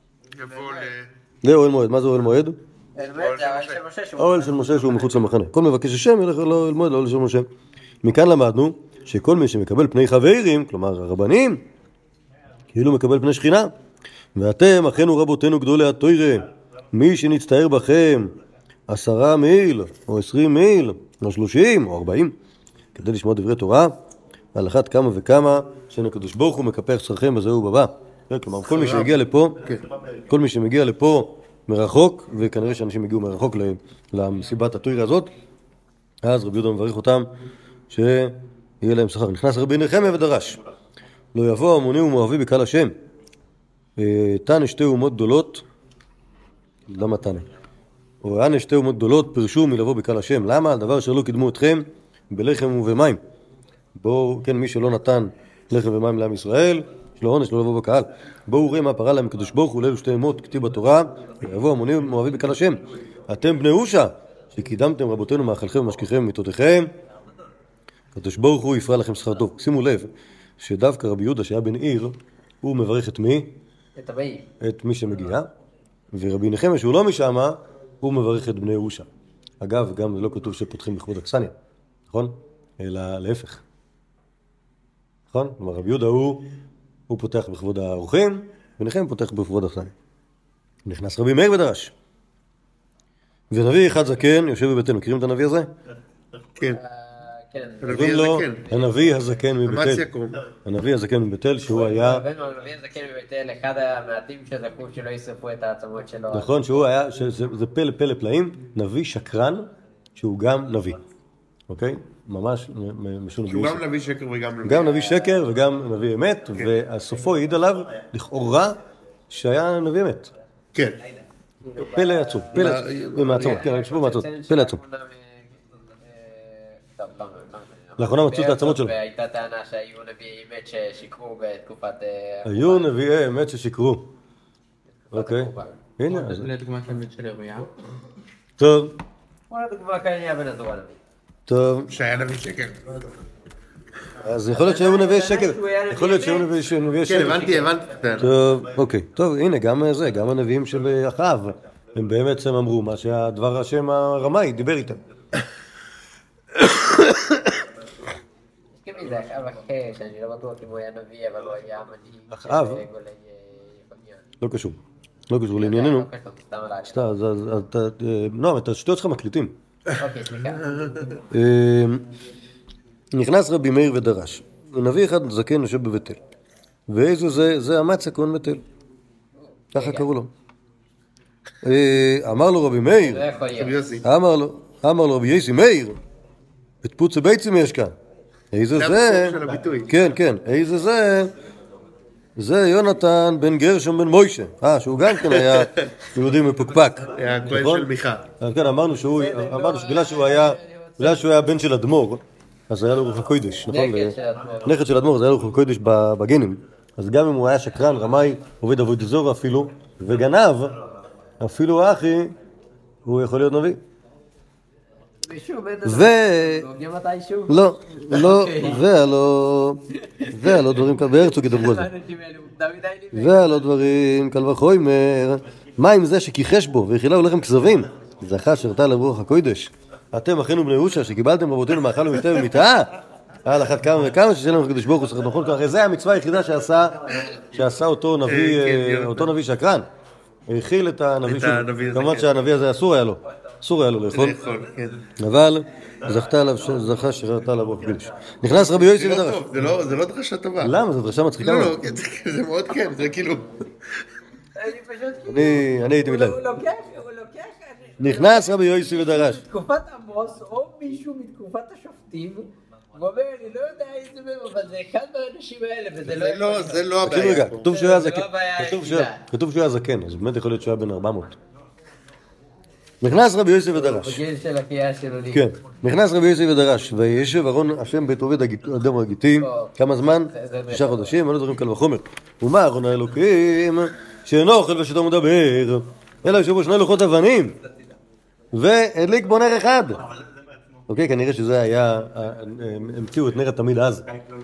לאוהל מועד. מה זה אוהל מועד? האוהל של משה שהוא מחוץ למחנה. כל מבקש השם ילך לאוהל מועד, לאוהל של משה. מכאן למדנו שכל מי שמקבל פני חברים, כלומר הרבנים, כאילו מקבל פני שכינה. ואתם, אחינו רבותינו גדולי התורה, מי שנצטער בכם עשרה מיל, או עשרים מיל, או שלושים, או ארבעים, כדי לשמוע דברי תורה, על אחת כמה וכמה, שהקדוש ברוך הוא מקפח שכרכם וזהו בבא. כלומר, כל מי שמגיע לפה, כל מי שמגיע לפה מרחוק, וכנראה שאנשים הגיעו מרחוק למסיבת התורה הזאת, אז רבי יהודה מברך אותם שיהיה להם שכר. נכנס רבי נחמיה ודרש, לא יבוא המוני ומואבי בקהל השם. תנא שתי אומות גדולות, למה תנא? או אנא שתי אומות גדולות פרשו מלבוא בקהל השם. למה? על דבר שלא קידמו אתכם בלחם ובמים. בואו, כן, מי שלא נתן לחם ומים לעם ישראל, יש לו עונש לא לבוא בקהל. בואו ראה מה פרה להם הקדוש ברוך הוא לאלו שתי אמות, כתיב בתורה, ויבוא המוני ומואבי בקהל השם. אתם בני אושה, שקידמתם רבותינו מאכלכם ומשכיכם ומיתותיכם, הקדוש ברוך הוא יפרע לכם שכר טוב. שימו לב שדווקא רבי יהודה שהיה בן עיר, הוא מברך את מי? את הבאים. את מי שמגיע. ורבי נחמיה שהוא לא משמה, הוא מברך את בני אושה. אגב, גם לא כתוב שפותחים בכבוד אכסניה, נכון? אלא להפך. נכון? כלומר, רבי יהודה הוא, הוא פותח בכבוד האורחים, ונחמיה פותח בכבוד אכסניה. נכנס רבי מאיר ודרש. ונביא אחד זקן יושב בביתנו. מכירים את הנביא הזה? כן. כן. קוראים לו הנביא הזקן מבית-אל. הנביא הזקן מבית-אל שהוא היה... הבאנו הנביא הזקן מבית-אל, אחד המעטים שזכו שלא ישרפו את העצמות שלו. נכון, שהוא היה, שזה פלא פלא פלאים, נביא שקרן, שהוא גם נביא. אוקיי? ממש משהו נביא. שהוא גם נביא שקר וגם נביא. גם נביא שקר וגם נביא אמת, והסופו העיד עליו לכאורה שהיה נביא אמת. כן. פלא עצום, פלא מעצום, כן, שבו מעצום, פלא עצום. לאחרונה מצאו את העצמות שלו. והייתה טענה שהיו נביאי אמת ששיקרו בתקופת... היו נביאי אמת ששיקרו. אוקיי. הנה. לדוגמה של ירמיהו. טוב. בוא לדוגמה כאן היה בן הזרוע נביא. טוב. שהיה נביא שקר. אז יכול להיות שהיו נביאי שקר. יכול להיות שהיו נביאי שקר. כן, הבנתי, הבנתי. טוב, אוקיי. טוב, הנה, גם זה, גם הנביאים של אחאב, הם באמת הם אמרו מה שהדבר השם הרמאי דיבר איתם. זה אחאב אחר, שאני לא בטוח אם הוא היה נביא, אבל הוא היה מנהיג אחאב? של גולי יפניה. לא קשור. לא קשור לענייננו. לא קשור, סתם על העניין. נועם, את השטויות שלך מקליטים. אוקיי, סליחה. נכנס רבי מאיר ודרש. נביא אחד זקן יושב בבית-אל. ואיזה זה? זה אמציה כהן בית-אל. ככה קראו לו. אמר לו רבי מאיר, זה יכול להיות. אמר לו, אמר לו רבי יסי מאיר, את פוצה ביצים יש כאן. איזה זה? כן, כן. איזה זה? זה יונתן בן גרשום בן מוישה. אה, שהוא גם כן היה יהודי מפוקפק. היה כהן של מיכה. כן, אמרנו שהוא, אמרנו שבגלל שהוא היה, בגלל שהוא היה בן של אדמו"ר, אז היה לו רוח הקודש, נכון? נכד של אדמו"ר, אז היה לו רוח הקודש בגנים. אז גם אם הוא היה שקרן, רמאי, עובד עבוד זור אפילו, וגנב, אפילו אחי, הוא יכול להיות נביא. ו... לא, לא, והלא, והלא דברים כאלה, בהרצוג ידברו על זה. והלא דברים קל וחומר, מה עם זה שכיחש בו והאכילהו לחם כזבים? זכה שרתה עליו רוח הקודש. אתם אחינו בני אושה שקיבלתם רבותינו מאכל ומשתה ומיטה, על אחת כמה וכמה ששלם הקדוש ברוך הוא שכר נכון. ככה זה המצווה היחידה שעשה, שעשה אותו נביא, אותו נביא שקרן. האכיל את הנביא שוב. כמובן שהנביא הזה אסור היה לו. אסור היה לו לאכול, אבל זכתה עליו, זכה שראתה עליו רוח הקודש. נכנס רבי יוסי ודרש. זה לא דרשה טובה. למה? זו דרשה מצחיקה. לא, לא, זה מאוד כן, זה כאילו... אני הייתי מתלהב. הוא לוקח, הוא לוקח... נכנס רבי יוסי ודרש. תקופת עמוס, או מישהו מתקופת השופטים, ואומר, אני לא יודע איזה מהם, אבל זה אחד מהאנשים האלה, וזה לא... זה לא הבעיה. כתוב שהוא היה זקן. כתוב שהוא היה זקן, אז באמת יכול להיות שהוא היה בן ארבע מאות. נכנס רבי יוסי ודרש. בגיל של הקריאה שלו. כן, נכנס רבי יוסי ודרש, וישב ארון השם בית עובד אדם הגיטי, כמה זמן? שישה חודשים, ולא דברים קל וחומר. ומה ארון האלוקים, שאינו אוכל ושתו מדבר, אלא יושב בו שני לוחות אבנים, והדליק בו נר אחד. אוקיי, כנראה שזה היה, המציאו את נר התמיד אז,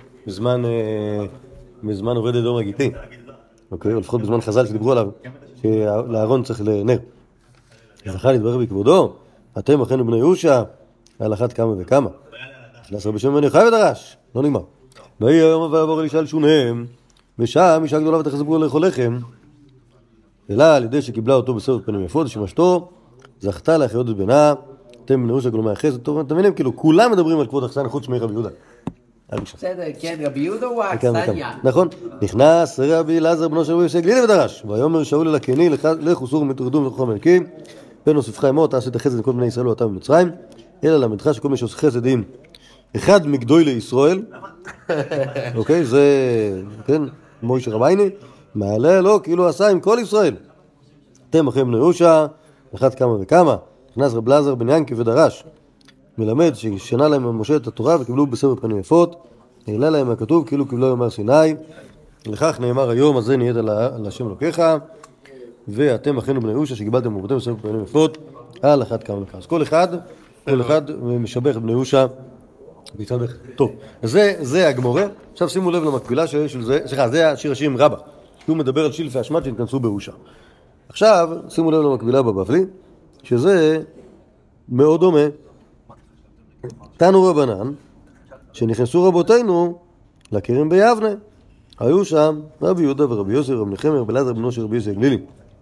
בזמן עובד אדם הגיטי. אוקיי, או לפחות בזמן חז"ל שדיברו עליו, שלארון צריך לנר. זכה להתברר בכבודו, אתם אחינו בני יהושע, על אחת כמה וכמה. נכנס רבי שמעון בן יוחאי ודרש, לא נגמר. ויהי היום ויעבור אלישע אל שונם, ושם אישה גדולה ותחזקו לאכול לחם, אלא על ידי שקיבלה אותו בסבר פנים יפות, שמשתו, זכתה להחיות את בנה, אתם בני יהושע גלומי החסד, טוב, אתם מבינים, כאילו, כולם מדברים על כבוד אכסניה חוץ מרבי יהודה. בסדר, כן, רבי יהודה הוא האכסניה. נכון, נכנס רבי אלעזר בנו של רבי יוסי הגלילי ודרש, ויאמר שאול אל הקני, לכו סורו מתורדום ולכו מלכים, בן אוספך עמו, תעשה את החסד לכל בני ישראל ואתה במצרים, אלא למדך שכל מי שעושה חסד עם אחד מגדוי לישראל, אוקיי, זה, כן, מוישה רבייני, מעלה לו כאילו עשה עם כל ישראל. אתם אחרי בני יהושע, אחד כמה וכמה, נכנס רבי אלעזר בן ינקי ודרש, מלמד ששנה להם משה את התורה וקיבלו בסבר פנים יפות, העלה להם הכתוב כאילו קיבלו יום הר סיני, לכך נאמר היום הזה נהיית על השם אלוקיך, ואתם אחינו בני יהושע שקיבלתם ובאתם בסבר פנים יפות, על אחת כמה וכמה. אז כל אחד, כל אחד משבח בני יהושע מצד אחד. טוב, זה, זה הגמורה. עכשיו שימו לב למקבילה של זה, סליחה, זה השיר השירים רבא, שהוא מדבר על שילפי השמד שהתכנסו ביהושע. עכשיו שימו לב למקבילה בבבלי, שזה מאוד דומה. תנו רבנן, שנכנסו רבותינו לכרם ביבנה, היו שם רבי יהודה ורבי יוסי ורבי נחמיה ורבי אלעזר בנו של רבי יוסי הגלילי.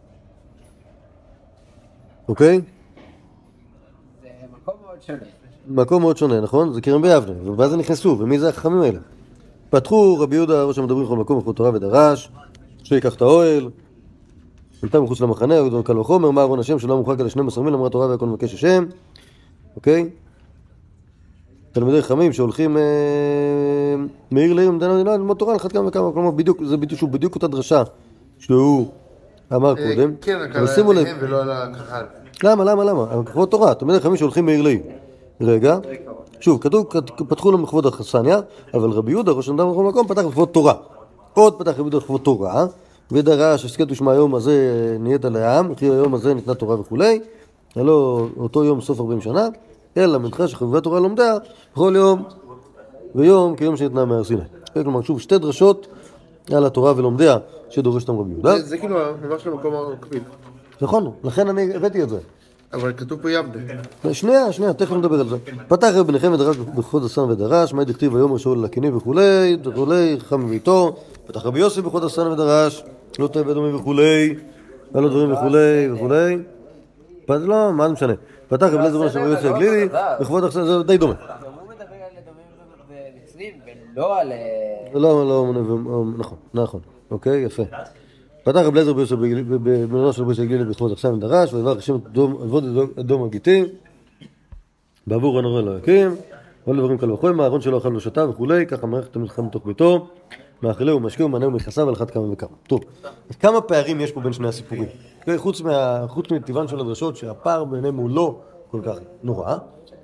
אוקיי? זה מקום מאוד שונה. מקום מאוד שונה, נכון? זה כרם ביבנה, ואז הם נכנסו, ומי זה החכמים האלה? פתחו רבי יהודה, ראש המדברים בכל מקום, בכל תורה ודרש, שיקח את האוהל, נתן מחוץ למחנה, הוא קל וחומר, מה ארון השם שלא מוחק על שנים עשר מיל, אמרה תורה והכל מבקש השם, אוקיי? תלמידי חכמים שהולכים מעיר לעיר ממדינה למדינה ללמוד תורה על אחת כמה וכמה, כלומר זה בדיוק, בדיוק אותה דרשה שהוא אמר קודם. כן, רק על עליהם ולא על הקהל. למה, למה, למה? כבוד תורה, תלמידי חכמים שהולכים מעיר לעיר. רגע, שוב, כתוב, פתחו לו מכבוד אכסניה, אבל רבי יהודה, ראש המדבר בכל מקום, פתח לכבוד תורה. עוד פתח רבי יהודה לכבוד תורה, ודרש, הסכת ושמע היום הזה נהיית לעם, וכי היום הזה ניתנה תורה וכולי, הלא אותו יום סוף ארבעים שנה, אלא למדך שחביבת תורה לומדיה בכל יום ויום כיום שניתנה מהר סיני. כלומר, שוב, שתי דרשות על התורה ולומדיה שדורש אותם רבי יהודה. זה כאילו ממש למקום המקביל. נכון, לכן אני הבאתי את זה. אבל כתוב פה יבנה. שנייה, שנייה, תכף נדבר על זה. פתח רבי נחמיה ודרש בכבוד אסן ודרש, מה דכתיב ויאמר שאול אל הקני וכולי, וכולי, חכם בביתו. פתח רבי יוסי בכבוד אסן ודרש, לא תהיה בדומי וכולי, ועל הדברים וכולי וכולי. לא, מה זה משנה? פתח רבי אלעזר בנו של רבי יוסי הגלילי, בכבוד אסן, זה די דומה. הוא מדבר על דומים ומצרים ולא על... לא, לא, נכון, נכון, אוקיי, יפה. פתח רבי אלעזר בנו של רבי יוסי הגלילי בכבוד אסן ודרש, ויברך השם את אדום הגיטי, בעבור הנורא אלוהים, כל דברים קל וחומר, הארון שלו אכל ושתה וכולי, ככה מערכת המלחמה מתוך ביתו, מאכילה ומשקה ומענה ומכסה ועל אחת כמה וכמה. טוב, אז כמה פערים יש פה בין שני הסיפורים? חוץ מה, חוץ מטבען של הדרשות, שהפער ביניהם הוא לא כל כך נורא.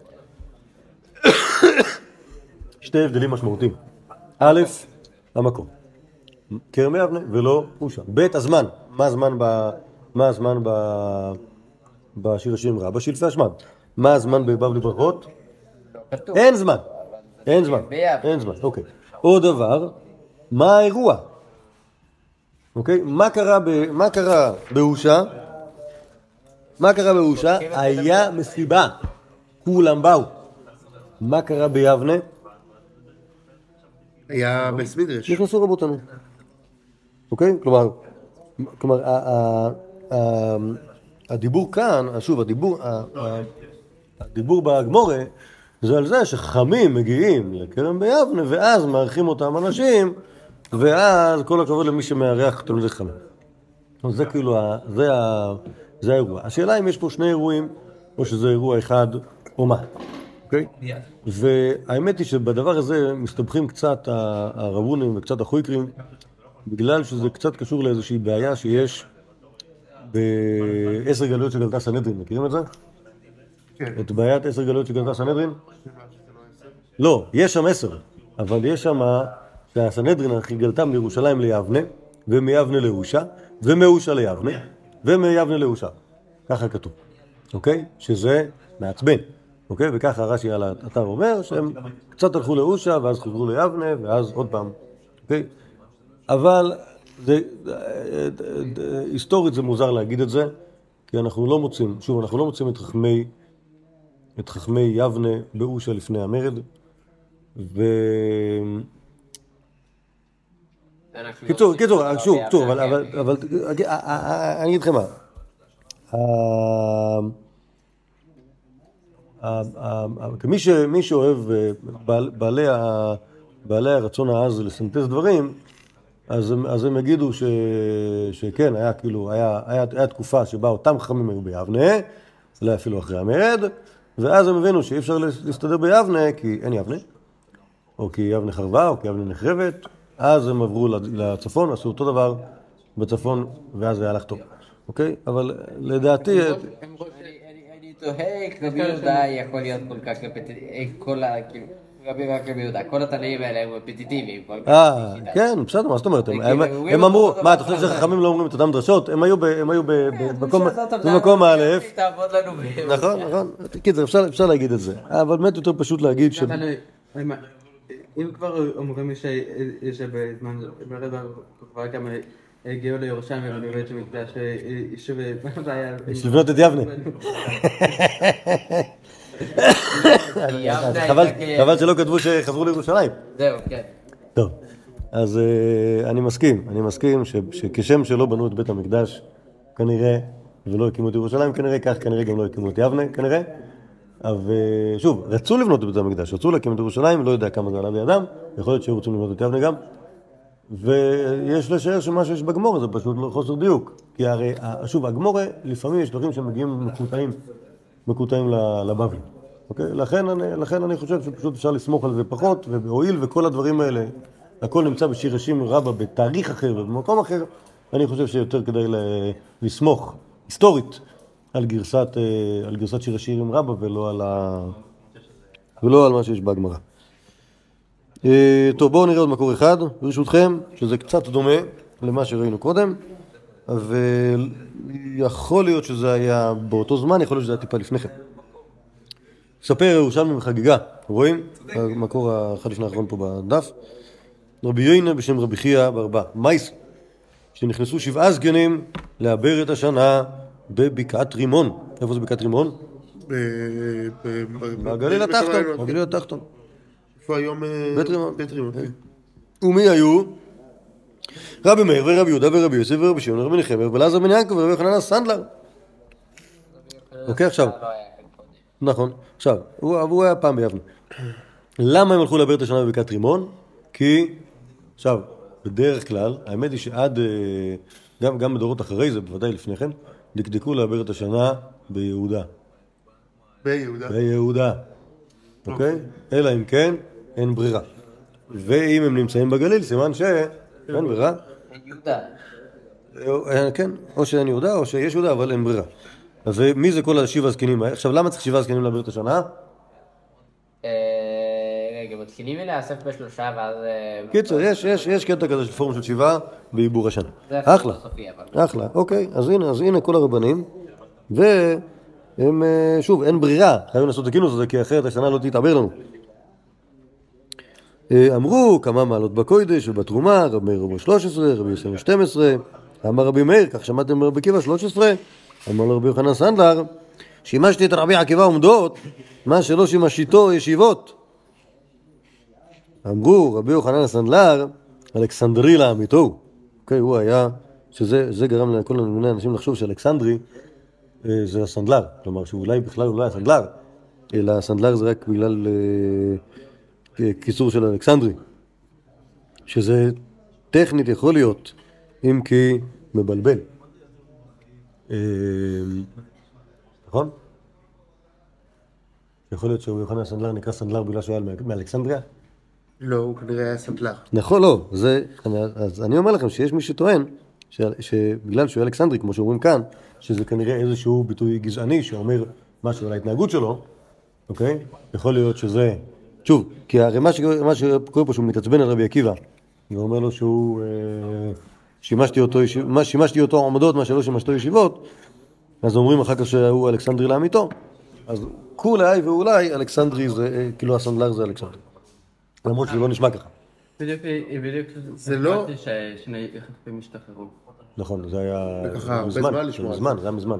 שתי הבדלים משמעותיים. א', המקום. כרם יבנה ולא יהושע. ב', הזמן. מה הזמן ב... מה הזמן ב... בשיר השירים רבא? בשילפי השמד. מה הזמן בבבלי ברכות? אין זמן. אין זמן. אין זמן, אוקיי. עוד דבר, מה האירוע? אוקיי? מה קרה ב... מה קרה ביהושע? מה קרה ביהושע? היה מסיבה. כולם באו. מה קרה ביבנה? היה בית מדרש. נכנסו רבותינו. אוקיי? כלומר, כלומר, הדיבור כאן, שוב, הדיבור, הדיבור בגמורה, זה על זה שחכמים מגיעים לכרם ביבנה, ואז מארחים אותם אנשים, ואז כל הכבוד למי שמארח תלמידי חכמים. זה כאילו, זה ה... זה האירוע. השאלה אם יש פה שני אירועים, או שזה אירוע אחד, או מה. אוקיי? והאמת היא שבדבר הזה מסתבכים קצת הרבונים וקצת החויקרים, בגלל שזה קצת קשור לאיזושהי בעיה שיש בעשר גלויות שגלתה סנהדרין. מכירים את זה? כן. את בעיית עשר גלויות שגלתה סנהדרין? לא, יש שם עשר, אבל יש שם שהסנהדרין הכי גלתה מירושלים ליבנה, ומיבנה ליהושע, ומיהושע ליבנה, ומיבנה ליהושע. ככה כתוב. אוקיי? שזה מעצבן. אוקיי? וככה רש"י על האתר אומר שהם קצת הלכו ליהושע, ואז חזרו ליבנה, ואז עוד פעם. אוקיי? אבל זה, היסטורית זה מוזר להגיד את זה, כי אנחנו לא מוצאים, שוב, אנחנו לא מוצאים את חכמי, את חכמי יבנה ביהושע לפני המרד, ו... קיצור, קיצור, שוב, שוב, אבל, אבל, אבל, אני אגיד לכם מה. מי שאוהב, בעלי הרצון העז לסנטז דברים, אז הם יגידו שכן, היה כאילו, היה תקופה שבה אותם חכמים היו ביבנה, אולי אפילו אחרי המרד, ואז הם הבינו שאי אפשר להסתדר ביבנה, כי אין יבנה, או כי יבנה חרבה, או כי יבנה נחרבת, אז הם עברו לצפון, עשו אותו דבר בצפון, ואז זה הלך טוב, אוקיי? אבל לדעתי... אני תוהה, רבי יהודה יכול להיות כל כך רפטיטיבי, כל ה... רבי יהודה, כל התנאים האלה הם רפטיטיביים. אה, כן, בסדר, מה זאת אומרת? הם אמרו, מה, אתה חושב שחכמים לא אומרים את אותם דרשות? הם היו במקום האלף. נכון, נכון. קיצר, אפשר להגיד את זה. אבל באמת יותר פשוט להגיד ש... אם כבר אומרים שבזמן מרד כבר גם הגיעו לירושלים ובבית שמקדש יישוב... יש לבנות את יבנה. חבל שלא כתבו שחזרו לירושלים. זהו, כן. טוב, אז אני מסכים, אני מסכים שכשם שלא בנו את בית המקדש כנראה, ולא הקימו את ירושלים כנראה, כך כנראה גם לא הקימו את יבנה כנראה. אבל שוב, רצו לבנות את בית המקדש, רצו להקים את ירושלים, לא יודע כמה זה עלה בידם, יכול להיות שרצו לבנות את יבנה גם, ויש לשער שמה שיש בגמורה זה פשוט חוסר דיוק, כי הרי, שוב, הגמורה לפעמים יש דברים שמגיעים מקוטעים, מקוטעים לבבלים, אוקיי? לכן אני, לכן אני חושב שפשוט אפשר לסמוך על זה פחות, והואיל וכל הדברים האלה, הכל נמצא בשיר השירים רבה בתאריך אחר ובמקום אחר, אני חושב שיותר כדאי לסמוך היסטורית, על גרסת, על גרסת שיר השירים רבה ולא על ה... ולא על מה שיש בהגמרא. טוב, בואו נראה עוד מקור אחד, ברשותכם, שזה קצת דומה למה שראינו קודם, ויכול להיות שזה היה באותו זמן, יכול להיות שזה היה טיפה לפני כן. ספר ירושלמי מחגיגה, רואים? המקור האחד לפני האחרון פה בדף. רבי יוינה בשם רבי חייא ברבה, מייס, שנכנסו שבעה סגנים לעבר את השנה בבקעת רימון. איפה זה בקעת רימון? בגליל התחתון. בגליל התחתון. איפה היום? בית רימון. ומי היו? רבי מאיר ורבי יהודה ורבי יוסף ורבי שמעון ורבי נחמיה ואלעזר בן יעקב ורבי יוחנן הסנדלר. אוקיי, עכשיו. נכון. עכשיו, הוא היה פעם ביבנה. למה הם הלכו לעבר את השנה בבקעת רימון? כי, עכשיו, בדרך כלל, האמת היא שעד, גם, גם בדורות אחרי זה, בוודאי לפני כן, דקדקו לעבר את השנה ביהודה. ביהודה. ביהודה. אוקיי? אלא אם כן, אין ברירה. ואם הם נמצאים בגליל, סימן שאין ברירה. אין יהודה. כן, או שאין יהודה, או שיש יהודה, אבל אין ברירה. אז מי זה כל השבעה הזקנים? עכשיו, למה צריך שבעה הזקנים לעבר את השנה? רגע, מתחילים לאסף בשלושה ואז... קיצור, יש, יש, יש קטע כזה של פורום של שבעה בעיבור השנה. אחלה, אחלה, אוקיי, אז הנה, אז הנה כל הרבנים, והם, שוב, אין ברירה, חייבים לעשות את הכינוס הזה, כי אחרת השנה לא תתעבר לנו. אמרו כמה מעלות בקוידש ובתרומה, רבי מאיר אומר שלוש עשרה, רבי יוסף שתים עשרה, אמר רבי מאיר, כך שמעתם רבי עקיבא שלוש עשרה, אמר לרבי יוחנן סנדלר, שימשתי את רבי עקיבא עומדות, מה שלא שימשיתו ישיבות. אמרו רבי יוחנן הסנדלר, אלכסנדרי לאמיתו. אוקיי, הוא היה, שזה זה גרם לכל מיני אנשים לחשוב שאלכסנדרי זה הסנדלר. כלומר, שאולי בכלל הוא לא היה סנדלר, אלא הסנדלר זה רק בגלל אה, קיצור של אלכסנדרי. שזה טכנית יכול להיות, אם כי מבלבל. אה, נכון? יכול להיות שהוא יוחנן הסנדלר נקרא סנדלר בגלל שהוא היה מאלכסנדריה? לא, הוא כנראה היה סנדלר. נכון, לא. זה, אז אני אומר לכם שיש מי שטוען שבגלל שהוא אלכסנדרי, כמו שאומרים כאן, שזה כנראה איזשהו ביטוי גזעני שאומר משהו על ההתנהגות שלו, אוקיי? יכול להיות שזה... שוב, כי הרי מה שקורה, מה שקורה פה שהוא מתעצבן על רבי עקיבא, ואומר לו שהוא... שימשתי אותו, שימשתי אותו עומדות, מה שלא שימשתו ישיבות, אז אומרים אחר כך שהוא אלכסנדרי לאמיתו, אז כולי ואולי אלכסנדרי זה, כאילו הסנדלר זה אלכסנדרי. למרות שזה לא נשמע ככה. בדיוק, בדיוק, זה לא... ששני חטופים השתחררו. נכון, זה היה... וככה, הרבה זמן לשמוע. מזמן, זה היה מזמן.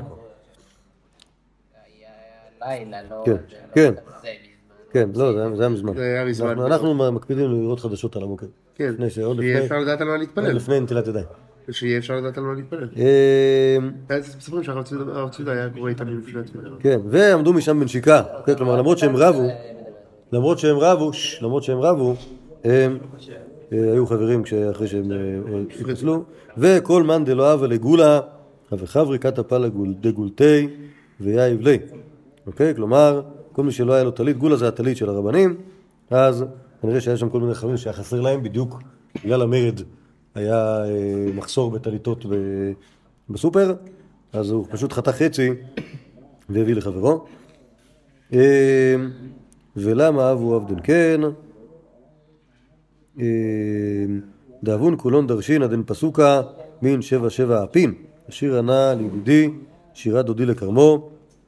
לילה, לא... כן, כן. כן, לא, זה היה מזמן. זה היה מזמן. אנחנו מקפידים לראות חדשות על המוקד. כן, לפני שעוד שיהיה לפני- אפשר לדעת על מה להתפלל. לפני נטילת ידיים. שיהיה אפשר לדעת על מה להתפלל. אה, אז מספרים שהרב צבי- הרב צבי היה קורא איתם לפני התפילה. כן, ועמדו משם בנשיקה. כן, כלומר, למרות שהם רבו, למרות שהם רבו, ש- למרות שהם רבו, הם אה, היו חברים כשאחרי שהם אה, אה, התפצלו, וכל מאן דלא הווה לגולה, וחברי כתפא דגולתי ויאיב לי. אוקיי? כלומר, כל מי שלא היה לו טלית, גולה זה הטלית של הרבנים, אז כנראה שהיה שם כל מיני חברים שהיה חסר להם בדיוק בגלל המרד. היה אה, מחסור בטליתות ב- בסופר, אז הוא פשוט חתך חצי והביא לחברו. אה, ולמה אבו עבדן כן? אה, דאבון כולון דרשין עדן פסוקה מן שבע שבע אפין. השיר ענה לידידי, שירת דודי לכרמו,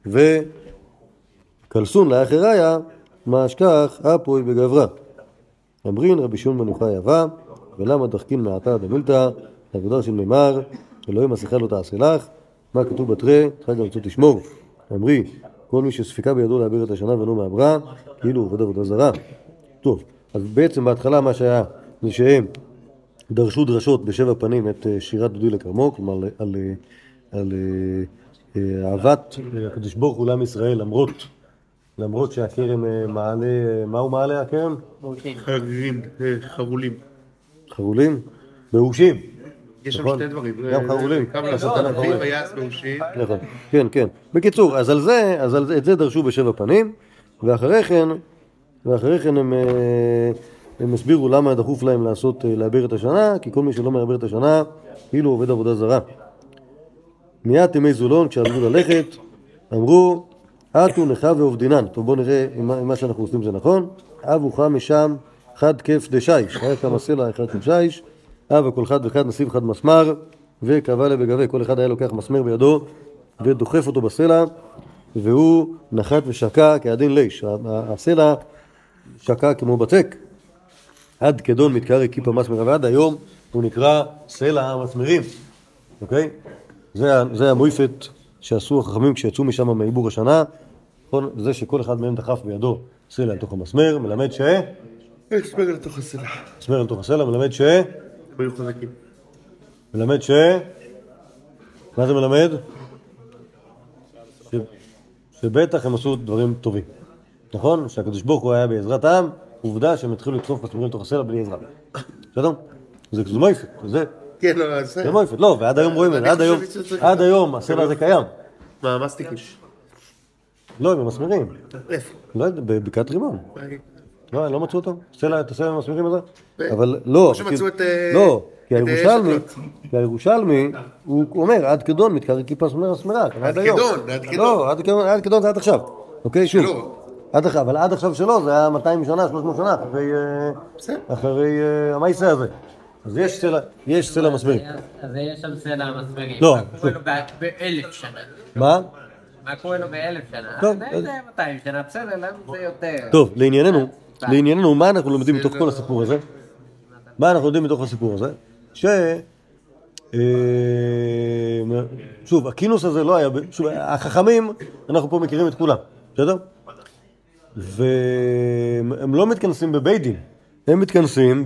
וקלסון לאחריה, מה אשכח אפוי בגברה. אמרין רבי שמעון בן יוחאי אבה, ולמה דחקין מעתה דמילתא, עבודה של מימר, אלוהים מסכה לא תעשה לך, מה כתוב בתרי, צריכה גם לצאת לשמור. אמרי, כל מי שספיקה בידו להעביר את השנה ולא מעברה, כאילו עובד עבודה זרה. טוב, אז בעצם בהתחלה מה שהיה, זה שהם דרשו דרשות בשבע פנים את שירת דודי לכרמו, כלומר על, על, על אה, אהבת הקדוש ברוך הוא לעם ישראל, למרות, למרות שהכרם אה, מעלה, מה הוא מעלה הכרם? חגרים, אה, חרולים. חרולים? באושים. יש שם נכון. שתי דברים. גם חרולים. כמה השטן לעשות החרולים. אביב ויעש באושים. נכון, כן, כן. בקיצור, אז על זה, אז על זה, את זה דרשו בשבע פנים, ואחרי כן, ואחרי כן הם, אה, הם הסבירו למה דחוף להם לעשות, אה, לעבר את השנה, כי כל מי שלא מעבר את השנה, כאילו עובד עבודה זרה. מיד ימי זולון, כשעמדו ללכת, אמרו, עטו נכה ועובדינן. טוב, בואו נראה אם מה- אם מה שאנחנו עושים זה נכון. אבו חם משם, חד כיף דשיש. היה כמה סלע, אחד כיף שיש. אבא כל אחד ואחד נסיב אחד מסמר, וקבע לבגבי. כל אחד היה לוקח מסמר בידו, ודוחף אותו בסלע, והוא נחת ושקע כעדין ליש. ה- ה- הסלע שקע כמו בצק. עד כדון מתקרא כיפה מסמרה, ועד היום הוא נקרא סלע המסמרים. אוקיי? זה, ה- זה המויפת שעשו החכמים כשיצאו משם מעיבור השנה. נכון? זה שכל אחד מהם דחף בידו סלע לתוך המסמר, מלמד ש... יש מגל לתוך הסלע. מסמר לתוך הסלע, מלמד ש... היו חזקים. מלמד ש... מה זה מלמד? ש... שבטח הם עשו דברים טובים. נכון? שהקדוש ברוך הוא היה בעזרת העם, עובדה שהם התחילו לדחוף מסמרים לתוך הסלע בלי עזרה. בסדר? זה זה מויפת, זה... כן, לא, זה... זה מויפת, לא, ועד היום רואים את זה, אני עד היום, חושב שזה- עד היום הסלע הזה קיים. מה, מסטיקים? לא, הם מסמרים. איפה? לא יודע, בבקעת רימון. לא, לא מצאו אותו? סלע, את הסלע המסמרים הזה? ב- אבל לא. או שמצאו את, אה, לא, כי את, אה, הירושלמי, שתלות. כי הירושלמי, הוא אומר, עד כדון מתקרא כיפה מסמרה סמרה. עד היום. כדון, עד כדון. לא, עד כדון, עד כדון זה עד עכשיו. אוקיי, שוב. שלו. עד עכשיו, אבל עד עכשיו שלו, זה היה מאתיים שנה, שלוש מאות שנה, אחרי, אה, בסדר. אחרי אה, המעשה הזה. אז יש סלע, יש סלע מסמרים. אז יש שם סלע המסמרים. לא, מה קורה לו ב- באלף שנה? מה? מה קורה לו באלף שנה? טוב, זה אז- זה מאתיים שנה, בסדר, לנו זה יותר. טוב, לענייננו, לענייננו, מה אנחנו לומדים מתוך כל הסיפור הזה? מה אנחנו לומדים מתוך הסיפור הזה? ש... אה, שוב, הכינוס הזה לא היה... ב- שוב, החכמים, אנחנו פה מכירים את כולם, בסדר? והם לא מתכנסים בבית דין, הם מתכנסים ב...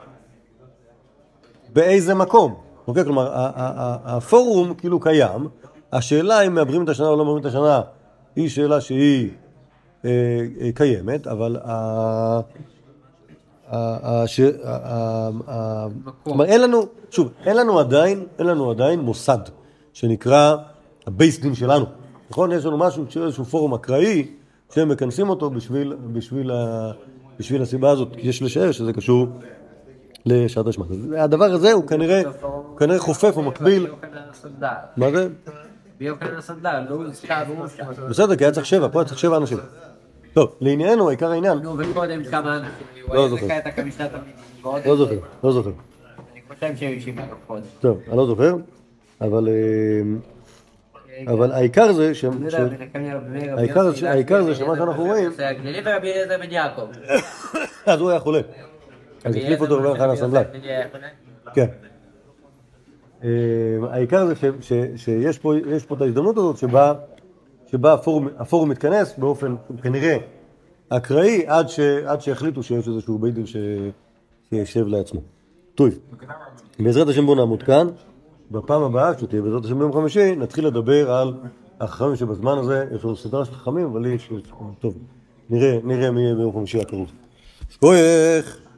באיזה מקום. אוקיי? כלומר, ה- ה- ה- הפורום כאילו קיים, השאלה אם מעברים את השנה או לא מעברים את השנה, היא שאלה שהיא אה, אה, קיימת, אבל ה... ה- ה- ש- ה- ה- ה- כלומר, אין לנו, שוב, אין לנו עדיין, אין לנו עדיין מוסד שנקרא הבייס דין שלנו. נכון? יש לנו משהו, איזשהו פורום אקראי, שהם מכנסים אותו בשביל, בשביל, ה- בשביל הסיבה הזאת. יש לשער שזה קשור לשעת השמעת. הדבר הזה הוא כנראה, הוא כנראה חופף או מקביל. ביוקנעם הסנדל. מה זה? ביוקנעם הסנדל, לא הוזכר הוא שם. בסדר, כי היה צריך שבע, פה היה צריך שבע אנשים. טוב, לענייננו, עיקר העניין, נו, וקודם כמה אנשים. הוא לא היה זוכר. זכאי את החמישה תלמידים. ועוד- לא זוכר, לא זוכר. אני חושב שהיו שבעה קודם. טוב, אני לא זוכר, אבל אה, אבל העיקר זה ש... אני ש- יודע, בנחמיה רבי מאיר, רבי העיקר יוסי, זה- העיקר זה רבי שמה אליעזר שאנחנו בן רואים- יוסי הגלילי ורבי אליעזר בן יעקב. אז הוא היה חולה. אז החליף אותו רבי חנן הסנדלר. כן. אה, העיקר זה ש- ש- שיש פה יש פה את ההזדמנות הזאת שבה שבה הפורום- הפורום מתכנס באופן כנראה אקראי עד ש- עד שיחליטו שיש איזשהו בית דין ש- שישב לעצמו. טוב, בעזרת השם בוא נעמוד כאן, בפעם הבאה, שתהיה בעזרת השם ביום חמישי, נתחיל לדבר על החכמים שבזמן הזה, יש לנו סדרה של חכמים, אבל יש, טוב, נראה, נראה מי יהיה ביום חמישי הקרוב. שכוייך!